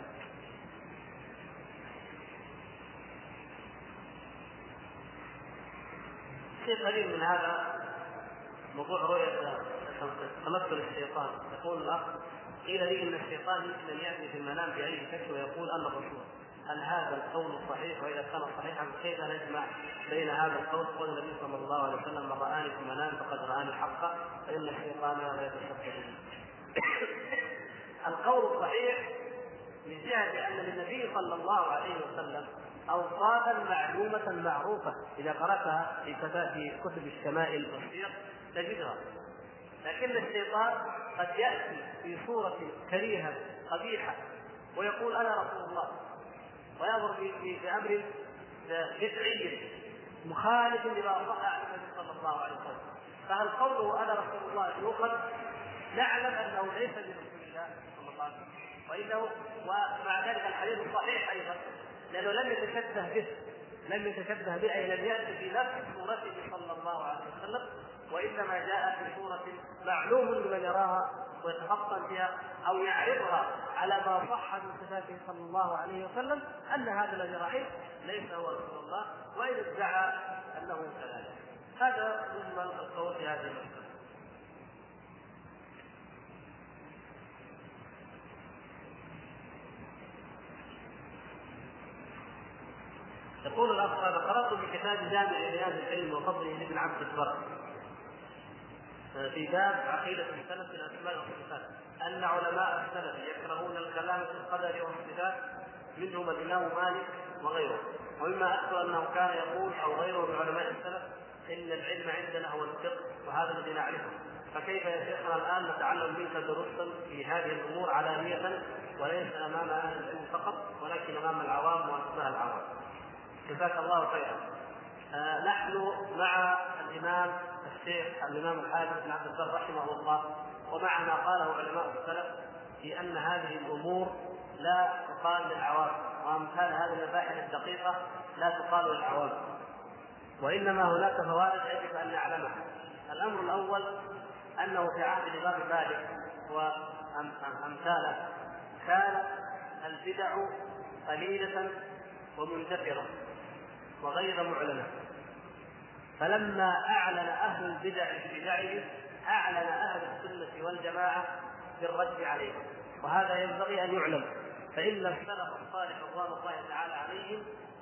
شيء قليل من هذا موضوع رؤية تمثل الشيطان. يقول الأخ: قيل لي إن الشيطان يمكن أن يأتي في المنام بأي شكل ويقول أنا الرسول، هل هذا القول صحيح؟ وإذا كان صحيحا كيف نجمع بين هذا القول قول النبي صلى الله عليه وسلم: من رآني في المنام فقد رآني حقا فإن الشيطان لا يتشبه به. القول الصحيح من جهة أن للنبي صلى الله عليه وسلم أوصافا معلومة معروفة إذا قرأتها في كتب الشمائل والسير تجدها، لكن الشيطان قد يأتي في صورة كريهة قبيحة ويقول أنا رسول الله، ويأمر بأمر بدعي مخالف لما صح عن النبي صلى الله عليه وسلم. فهل قوله أنا رسول الله يؤخذ؟ نعلم أنه ليس برسول الله صلى الله عليه وسلم، وإنه ومع ذلك الحديث الصحيح أيضا، لأنه لم يتشبه به لم يتشبه به أي لم يأتي في نفس صورته صلى الله عليه وسلم، وإنما جاء في صورة معلوم لمن يراها ويتفطن فيها أو يعرضها على ما صح من صفاته صلى الله عليه وسلم أن هذا الذي رأيت ليس هو رسول الله، وإن ادعى أنه كذلك. هذا مجمل القول في هذه المسألة. يقول الأخ: هذا قرأت في كتاب جامع رياض العلم وفضله لابن عبد البر في باب عقيدة السلف في الأسماء والصفات أن علماء السلف يكرهون الكلام في القدر والصفات، منهم الإمام مالك وغيره. ومما أذكر أنه كان يقول أو غيره من علماء السلف إن العلم عندنا هو الفقه وهذا الذي نعرفه، فكيف يا شيخنا الآن نتعلم منك دروسا في هذه الأمور علانية وليس أمام أهل العلم فقط ولكن أمام العوام وأتباع العوام؟ جزاك الله خيرا. آه نحن مع الإمام الشيخ الإمام الحافظ بن عبد البر رحمه الله ومع ما قاله علماء السلف في أن هذه الأمور لا تقال للعوام، وأمثال هذه المباحث الدقيقة لا تقال للعوام، وإنما هناك فوائد يجب أن نعلمها. الأمر الأول أنه في عهد الإمام مالك وأمثاله كانت البدع قليلة ومندثرة وغير معلنة، فلما أعلن أهل البدع ببدعهم أعلن أهل السنة والجماعة بالرد عليهم، وهذا ينبغي أن يعلم. فإن السلف الصالح رضوان الله تعالى عليهم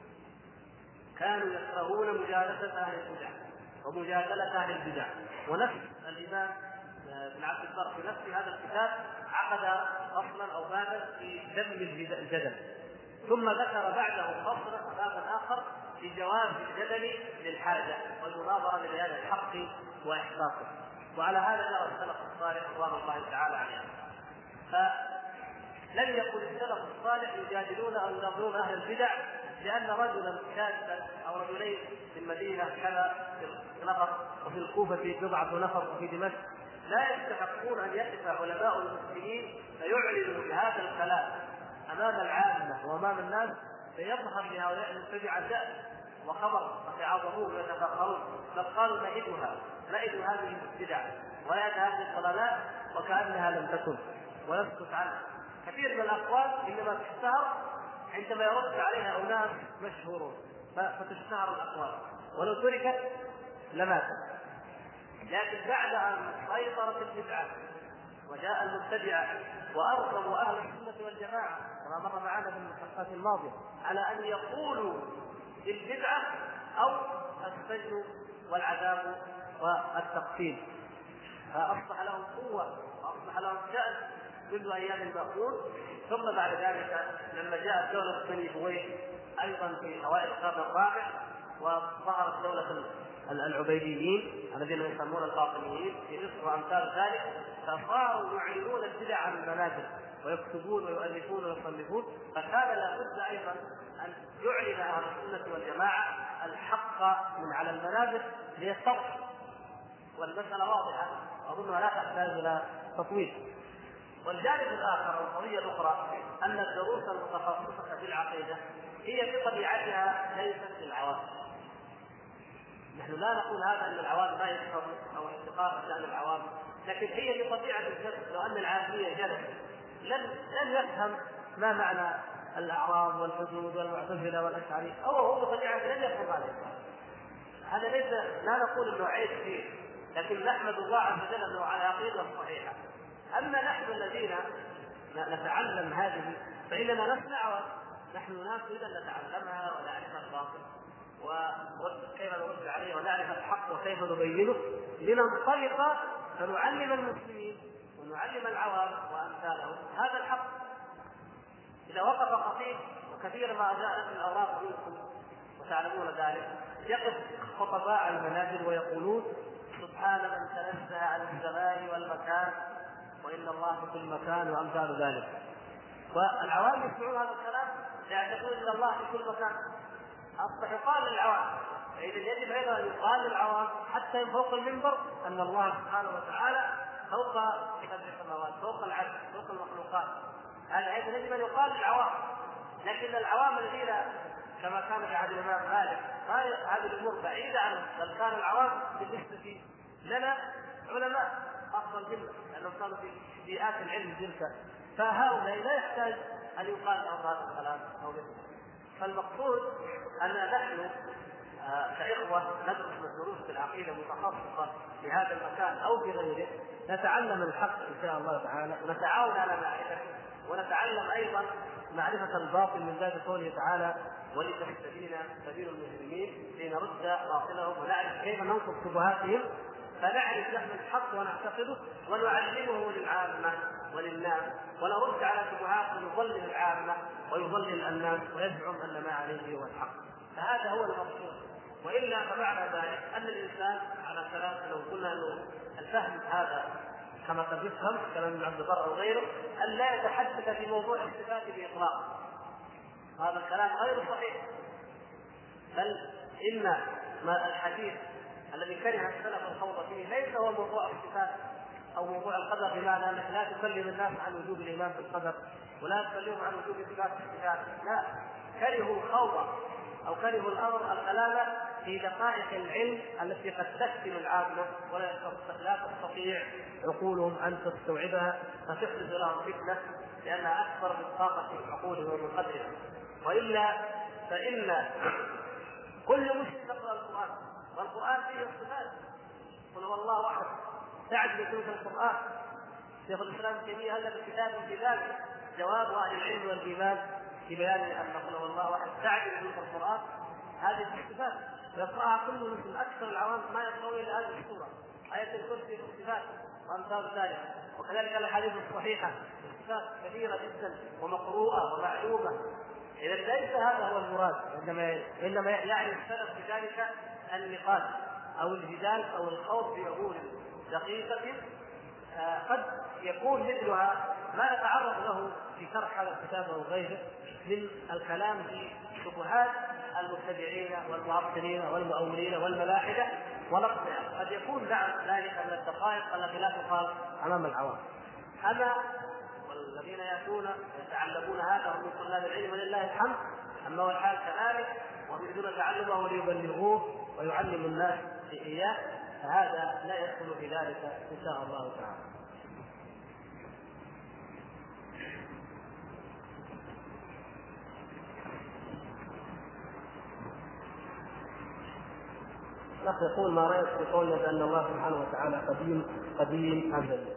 كانوا يكرهون مجالسة أهل البدع ومجادلة أهل البدع. ونفس الإمام ابن عبد البر في نفس هذا الكتاب عقد فصلا أو بابا في ذم الجدل، ثم ذكر بعده فصلا بابا آخر في جواز الجدل للحاجة والمناظرة لبيان الحق وإحقاقه. وعلى هذا جرى السلف الصالح رضوان الله تعالى عليهم. فلم يكن السلف الصالح يجادلون أو يناظرون أهل البدع لأن رجلا شاذا أو رجلين في المدينة كذا في نفر وفي الكوفة في بضعة نفر وفي دمشق لا يستحقون أن يقف علماء المسلمين فيعلنوا بهذا الكلام أمام العامة وأمام الناس فيظهر لهؤلاء المبتدعة شأن وخبر فيعظموه ويتفاخرون، بل قالوا نعيدها نعيد هذه البدع ونعيد هذه الضلالات وكأنها لم تكن ونسكت عنها. كثير من الأقوال إنما تشتهر عندما يرد عليها أناس مشهورون فتشتهر الأقوال، ولو تركت لماتت. لكن بعد أن سيطرت البدعة وجاء المبتدعة وأرغبوا أهل السنة والجماعة كما مر معنا في الحلقات الماضية على أن يقولوا بالبدعة أو السجن والعذاب والتقتيل، فأصبح لهم قوة وأصبح لهم شأن منذ أيام المأمون. ثم بعد ذلك لما جاءت دولة بني بويه أيضا في أوائل القرن الرابع وظهرت دولة العبيديين الذين يسمون الفاطميين في مصر وأمثال ذلك، فصاروا يعلنون البدع عن المنابر ويكتبون ويؤلفون ويصنفون. فكان لابد أيضا أن يعلن أهل السنة والجماعة الحق من على المنابر ليستوحوا، والمسألة واضحة أظنها لا تحتاج إلى تطويل. والجانب الآخر والقضية الأخرى أن الدروس المتخصصة في العقيدة هي بطبيعتها ليست للعوام. نحن لا نقول هذا أن العوام لا يفهموا أو احتقار شأن العوام، لكن هي بطبيعة الجلسة. لو أن العامية جلسة لن لن يفهم ما معنى الأعراض والحدود والمعتزلة والأشعرية، أو هو بطبيعة لن يفهم هذا. هذا ليس لا نقول إنه عيب فيه، لكن نحمد الله عز وجل أنه على عقيدة صحيحة. أما نحن الذين نتعلم هذه فإننا نسمع، نحن ناس إذا نتعلمها ونعرف الباطل وكيف نرد عليه ونعرف الحق وكيف نبينه لننطلق فنعلم المسلمين ونعلم العوام وأمثالهم هذا الحق. إذا وقف خطيب وكثير ما جاء في الأوراق منكم وتعلمون ذلك يقف خطباء على المنابر ويقولون سبحان من تنزه عن الزمان والمكان وإن الله في كل مكان وأمثال ذلك، والعوام يسمعون هذا الكلام يعتقدون ان الله في كل مكان. اصبح يقال للعوام، فاذا يجب ايضا ان يقال للعوام حتى فوق المنبر ان الله سبحانه وتعالى فوق سبع السماوات، فوق العرش، فوق المخلوقات. هذا ايضا يجب ان يقال للعوام. لكن العوام الذين كما كان في عهد الامام مالك هذه الامور بعيده عنهم، بل كان العوام بالنسبه لنا علماء افضل منا لانهم كانوا في بيئات العلم تلك، فهؤلاء لا يحتاج أن يقال لهم هذا الكلام أو مثله. فالمقصود أن نحن كإخوة ندرس دروس في العقيدة متخصصة في هذا المكان أو في غيره نتعلم الحق إن شاء الله تعالى ونتعاون على معرفته، ونتعلم أيضا معرفة الباطل من ذلك قوله تعالى ولتستبين سبيل المجرمين لنرد باطلهم ونعرف كيف ننقض شبهاتهم، فنعرف نحن الحق ونعتقده ونعلمه للعامة وللناس ونرد على شبهات ونضلل العامة ويضلل الناس ويزعم أن ما عليه هو الحق. فهذا هو المقصود. وإلا فمعنى ذلك أن الإنسان على كلام لو قلنا أنه الفهم هذا كما قد يفهم كلام ابن عبد البر أو غيره أن لا يتحدث في موضوع الصفات بإطلاق، هذا الكلام غير صحيح. بل إن ما الحديث الذي كره السلف الخوض فيه ليس هو موضوع الصفات أو موضوع القدر، بمعنى أنك لا تكلم الناس عن وجوب الإيمان في القدر ولا تكلمهم عن وجوب صفات الصفات، لا، كرهوا الخوض أو كرهوا الأمر الكلام في دقائق العلم التي قد تكتم العامة ولا تستطيع عقولهم أن تستوعبها فتحدث لهم فتنة لأنها أكثر من طاقة عقولهم ومن قدرهم. وإلا فإن كل مسلم يقرأ القرآن والقرآن فيه الصفات، قل هو الله أحد، تعجب في القرآن. شيخ الإسلام ابن تيمية ألف كتاب في ذلك جواب أهل العلم والإيمان في بيان أن قل هو الله أحد تعجب في القرآن. هذه الصفات يقرأها كل مسلم. أكثر العوام ما يقرؤون إلا هذه السورة، آية الكرسي الصفات وأمثال ذلك. وكذلك الأحاديث الصحيحة صفات كثيرة جدا ومقروءة ومعلومة. إذا ليس هذا هو المراد، إنما إنما يعني السلف بذلك النقاش أو الجدال أو الخوض في أمور دقيقة آه قد يكون مثلها ما نتعرض له في شرح هذا الكتاب أو غيره من الكلام في شبهات المبتدعين والمعطلين والمؤولين والملاحدة ونقصها. قد يكون نعم ذلك من الدقائق التي لا تقال أمام العوام. أما والذين يأتون يتعلمون هذا هم من طلاب العلم ولله الحمد، أما والحال كذلك ويريدون تعلمه ليبلغوه ويعلم الناس إياه، فهذا لا يدخل في ذلك إن شاء الله تعالى. الأخ يقول ما رأيك في قولنا بأن الله سبحانه وتعالى قديم قديم أزلي؟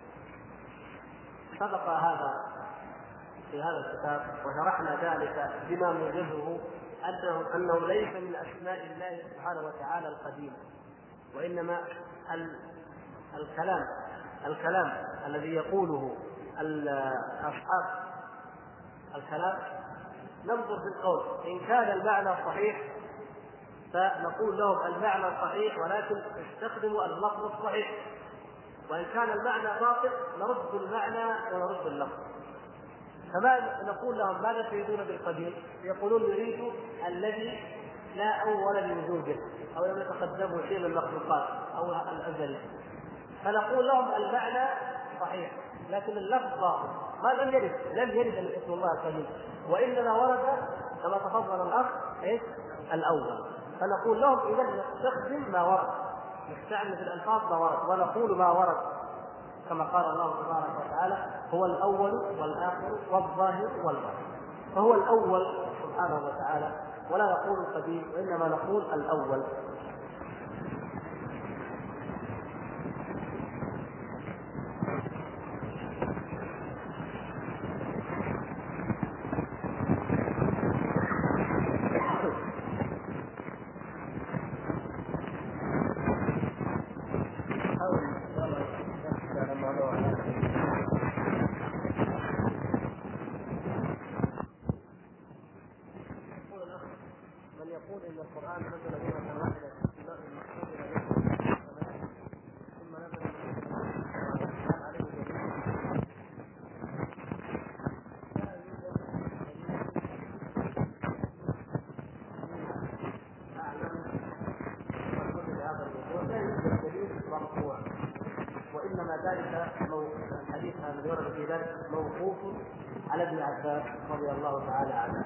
سبق هذا في هذا الكتاب وشرحنا ذلك بما موجبه أنه, أنه ليس من أسماء الله سبحانه وتعالى القديم، وإنما الكلام الكلام الذي يقوله أصحاب الكلام ننظر في القول، إن كان المعنى صحيح فنقول لهم المعنى الصحيح ولكن استخدموا اللفظ الصحيح، وإن كان المعنى باطل نرد المعنى ونرد اللفظ. فما نقول لهم ماذا تريدون بالقديم؟ يقولون نريد الذي لا أول لوجوده أو لم يتقدمه شيء من المخلوقات أو الأزلي، فنقول لهم المعنى صحيح لكن اللفظ باطل. ما لم يرد لم يرد أن اسم الله القديم، وإنما ورد كما تفضل الأخ إيش الأول. فنقول لهم إذا نستخدم ما ورد، نستعمل في الألفاظ ما ورد ونقول ما ورد كما قال الله تبارك وتعالى هو الأول والآخر والظاهر والباطن، فهو الأول سبحانه وتعالى، ولا نقول القديم وإنما نقول الأول. وإنما ذلك الحديث الذي ورد في ذلك موقوف على ابن عباس رضي الله تعالى عنه.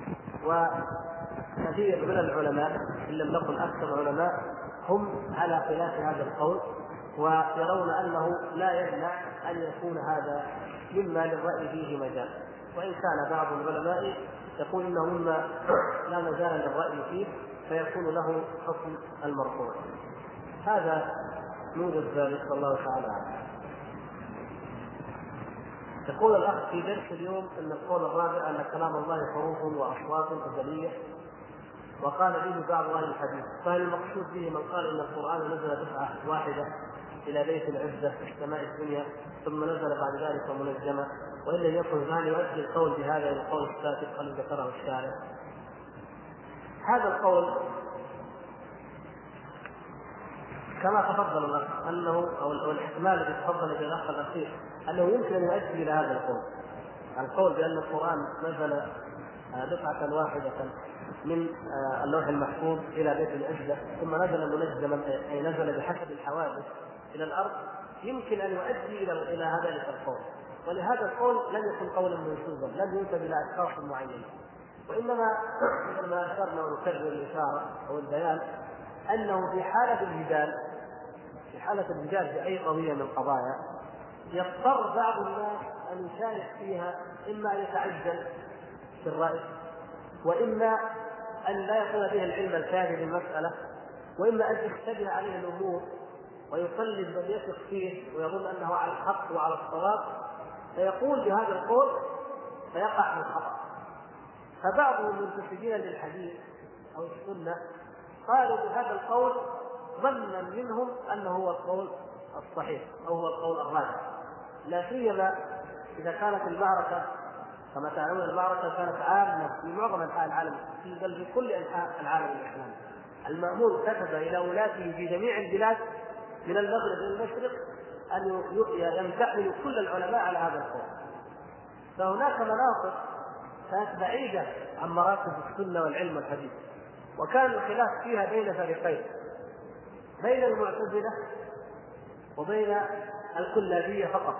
وكثير من العلماء إن لم نكن أكثر العلماء هم على خلاف هذا القول، ويرون أنه لا يمنع أن يكون هذا مما للرأي فيه مجال، وإن كان بعض العلماء يقول إنه مما لا مجال للرأي فيه فيكون له حكم المرفوع. هذا نوجد ذلك والله تعالى عنه. يقول الأخ في درس اليوم أن القول الرابع أن كلام الله حروف وأصوات أزلية، وقال به بعض أهل الحديث، فهل المقصود به من قال إن القرآن نزل دفعة واحدة إلى بيت العزة في السماء الدنيا ثم نزل بعد ذلك منجما، وإن لم يكن فهل يؤدي القول بهذا إلى القول السابق الذي ذكره الشارع؟ هذا القول كما تفضل الأخ أنه أو الاحتمال الذي تفضل به الأخ الأخير أنه يمكن أن يؤدي إلى هذا القول، القول بأن القرآن نزل دفعة واحدة من اللوح المحفوظ إلى بيت العزة ثم نزل منجما أي نزل بحسب الحوادث إلى الأرض، يمكن أن يؤدي إلى إلى هذا القول. ولهذا القول لم يكن قولا منسوبا، لم ينسب إلى أشخاص معينين، وإنما مثل ما أشرنا ونكرر الإشارة أو البيان أنه في حالة الجدال في حالة الجدال في أي قضية من القضايا يضطر بعض الناس أن يشارك فيها، إما أن يتعجل في الرأي، وإما أن لا يكون به العلم الكافي بالمسألة، وإما أن تشتبه عليه الأمور ويقلد من يثق فيه ويظن أنه على الحق وعلى الصواب فيقول بهذا القول فيقع في الخطأ. فبعض المنتسبين للحديث أو السنة قالوا بهذا القول ظنا منهم أنه هو القول الصحيح أو هو القول الراجح، لا سيما إذا كانت المعركة كما تعلمون المعركة كانت عامة في معظم أنحاء العالم بل في كل أنحاء العالم الإسلامي. المأمون كتب إلى ولاته في جميع البلاد من المغرب إلى المشرق أن يمتحنوا كل العلماء على هذا القول. فهناك مناطق كانت بعيدة عن مراكز السنة والعلم الحديث، وكان الخلاف فيها بين فريقين، بين المعتزلة وبين الكلابية فقط،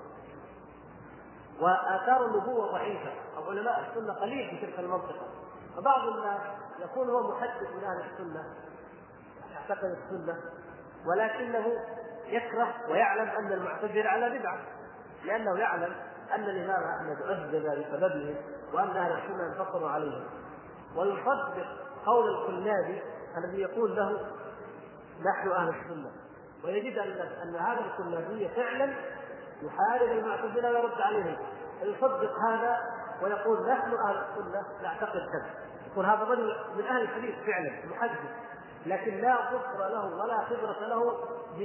وآثار النبوة ضعيفة أو علماء السنة قليل في تلك المنطقة. فبعض الناس يكون هو محدث من أهل السنة يعتقد السنة ولكنه يكره ويعلم أن المعتزلة على بدعة، لأنه يعلم أن الإمام أحمد عذب بسببهم وأن أهل السنة انتصروا عليهم، ويصدق قول الكلابي الذي يقول له نحن أهل السنة، ويجد أن هذا الكلابي فعلا يحارب المعتزلة ويرد عليهم، فيصدق هذا ويقول نحن أهل السنة نعتقد كذا. يقول هذا رجل من أهل الحديث فعلا محدث، لكن لا ذكر له ولا خبرة له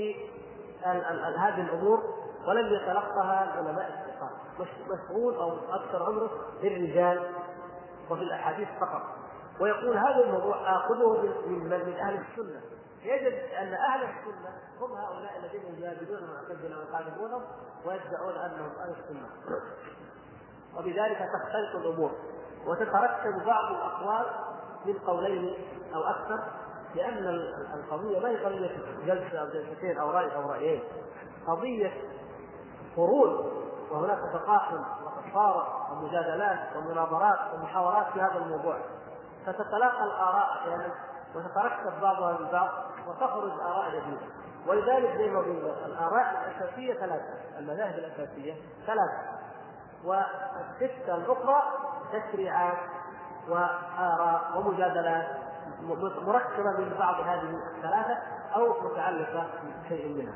بهذه الأمور، ولم يتلقها العلماء الثقات، مشغول أو أكثر عمره بالرجال وفي الأحاديث فقط. ويقول هذا الموضوع آخذه من من أهل السنة، يجد أن أهل السنة هم هؤلاء الذين يجادلون المعتزلة ويقاتلونهم ويدعون أنهم أهل السنة، وبذلك تختلط الأمور وتتركب بعض الأقوال من قولين أو أكثر، لأن القضية ما هي قضية جلسة أو جلستين أو رأي أو رأيين، قضية قرون، وهناك تقاحم وتصارع ومجادلات ومناظرات ومحاورات في هذا الموضوع، فتتلاقى الآراء أحيانا وتتركب بعضها من بعض وتخرج آراء جديدة. ولذلك زي ما قلنا الآراء الأساسية ثلاثة، المذاهب الأساسية ثلاثة، والستة الأخرى تشريعات وآراء ومجادلات مركبة من بعض هذه الثلاثة أو متعلقة بشيء منها.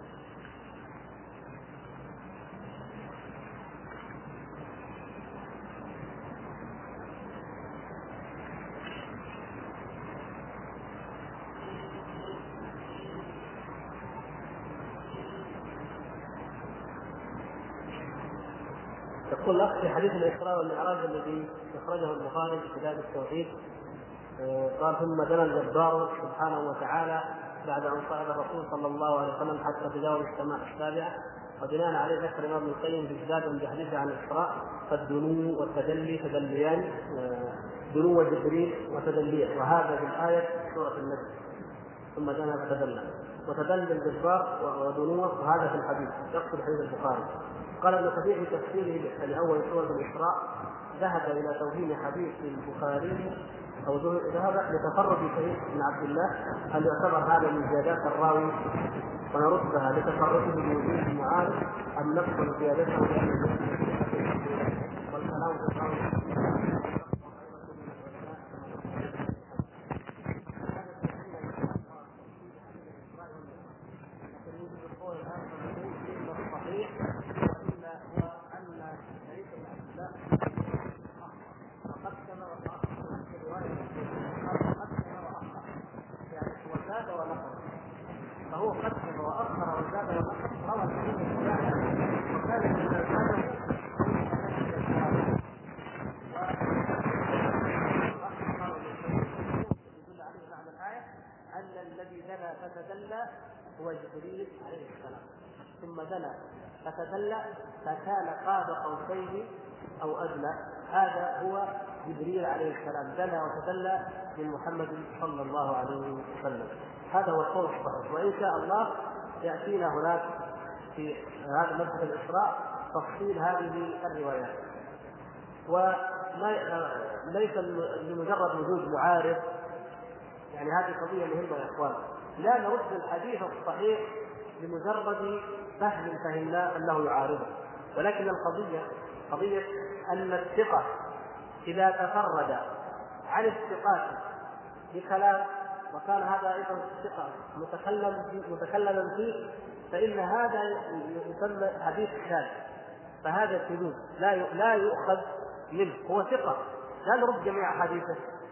يقول لك في حديث الإسراء والمعراج الذي أخرجه البخاري في كتاب التوحيد، قال ثم دنا الجبار سبحانه وتعالى بعد أن صعد الرسول صلى الله عليه وسلم حتى تجاوز السماء السابعة، وبناء عليه ذكر الإمام ابن القيم في كتاب الحديث عن الإسراء فالدنو والتدلي تدليان، دنو جبريل وتدليه، وهذا في الآية سورة النجم ثم دنا فتدلى، وتدلي الجبار ودنوه، وهذا في الحديث يقصد حديث البخاري. قال ابن كثير في تفسيره لأول سورة الإسراء ذهب إلى توهين حديث البخاري أو ذهب لتفرد شريك بن عبد الله أن يعتبر هذا من زيادات الراوي ونردها لتفرده بوجود المعارف أن نقبل زيادته لأن والكلام في الراوي. فهو قدم وأخر وزاد ونقص روى الحديث الثلاثة وكان من الحدث يدل عليه معنى الآية أن الذي دنا فتدلى هو جبريل عليه السلام، ثم دنا فتدلى فكان قاب قوسين أو أدنى، هذا هو جبريل عليه السلام دنا وتدلى من محمد صلى الله عليه وسلم. هذا هو القول الصحيح، وإن شاء الله يأتينا هناك في هذا مبحث الإسراء تفصيل هذه الروايات. وليس لمجرد وجود معارض، يعني هذه قضية مهمة يا إخوان، لا نرد الحديث الصحيح لمجرد فهم فهمناه أنه يعارضه، ولكن القضية قضية أن الثقة إذا تفرد عن الثقات بكلام وكان هذا أيضا الثقة متكلم فيه متكلما فيه فإن هذا يسمى حديث شاذ، فهذا شذوذ لا لا يؤخذ منه، هو ثقة لا نرد جميع حديثه،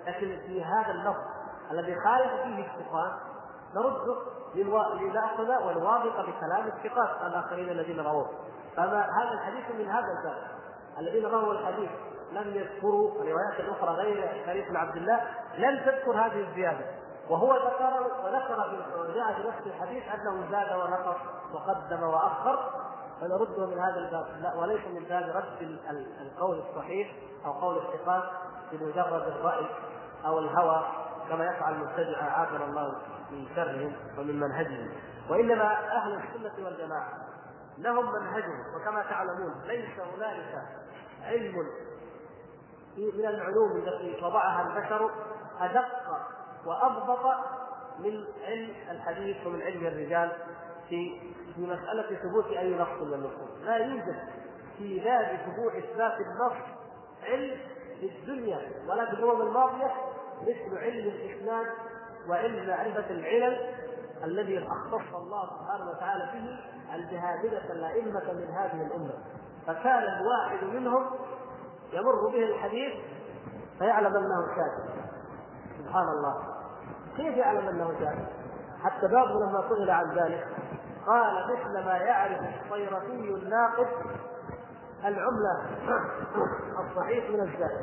لكن في هذا اللفظ الذي خالف فيه الثقات نرده لنأخذ ونوافق بكلام الثقات الآخرين الذين رووه. فما هذا الحديث من هذا الباب، الذين رووا الحديث لم يذكروا الروايات الأخرى غير حديث بن عبد الله لم تذكر هذه الزيادة، وهو ذكر وذكر في جاء في نفس الحديث أنه زاد ونقص وقدم وأخر، فنرده من هذا الباب لا، وليس من باب رد القول الصحيح أو قول الثقات بمجرد الرأي أو الهوى كما يفعل المبتدعة عافانا الله من شرهم ومن منهجهم. وإنما أهل السنة والجماعة لهم منهجهم، وكما تعلمون ليس هنالك علم من العلوم التي وضعها البشر أدق وأضبط من علم الحديث ومن علم الرجال في في مسألة ثبوت أي نص من النصوص. لا يوجد في باب ثبوت إثبات النص علم في الدنيا ولا في الأمم الماضية مثل علم الإسناد وعلم معرفة العلل الذي اختص الله سبحانه وتعالى به الجهابذة الأئمة من هذه الأمة. فكان الواحد منهم يمر به الحديث فيعلم أنه كاذب. سبحان الله، كيف يعلم أنه كاذب؟ حتى بعضهم لما سئل عن ذلك قال مثل ما يعرف الصيرفي الناقد العملة الصحيح من الزائد.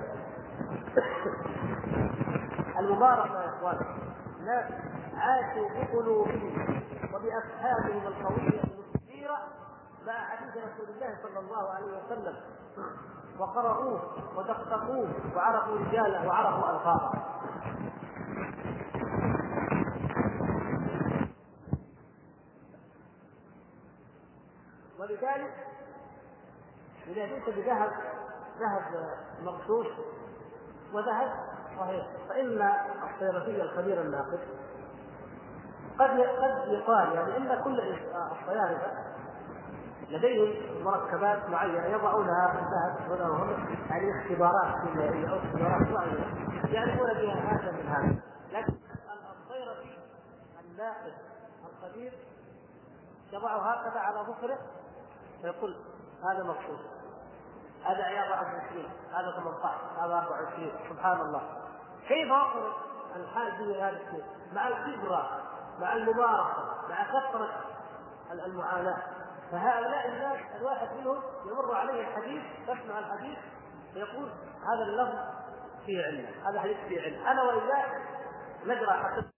المباركة يا إخوان ناس عاشوا بقلوبهم وبأفهامهم القوية المثيرة مع حديث رسول الله صلى الله عليه وسلم، وقرأوه ودققوه وعرفوا رجاله وعرفوا ألفاظه. ولذلك إذا جئت بذهب ذهب مغشوش وذهب صحيح، فإن الصيرفي الخبير الناقد قد قد يقال يعني إن كل الصيارفة لديهم مركبات معينة يضعونها في الذهب ونوهم يعني اختبارات كيميائية أو اختبارات معينة يعرفون بها هذا من هذا. لكن الصيرفي الناقد الخبير يضع هكذا على ظهره فيقول هذا مقصود، هذا عيار أربعة وعشرين، هذا ثمانية عشر، هذا أربعة وعشرين. سبحان الله، كيف أقول الحال في هذا الشيء مع الخبرة مع الممارسة مع كثرة المعاناة. فهؤلاء الناس الواحد منهم يمر عليه الحديث يسمع الحديث ويقول هذا اللفظ فيه علم، هذا حديث فيه علم، أنا وإياك نجرى حتى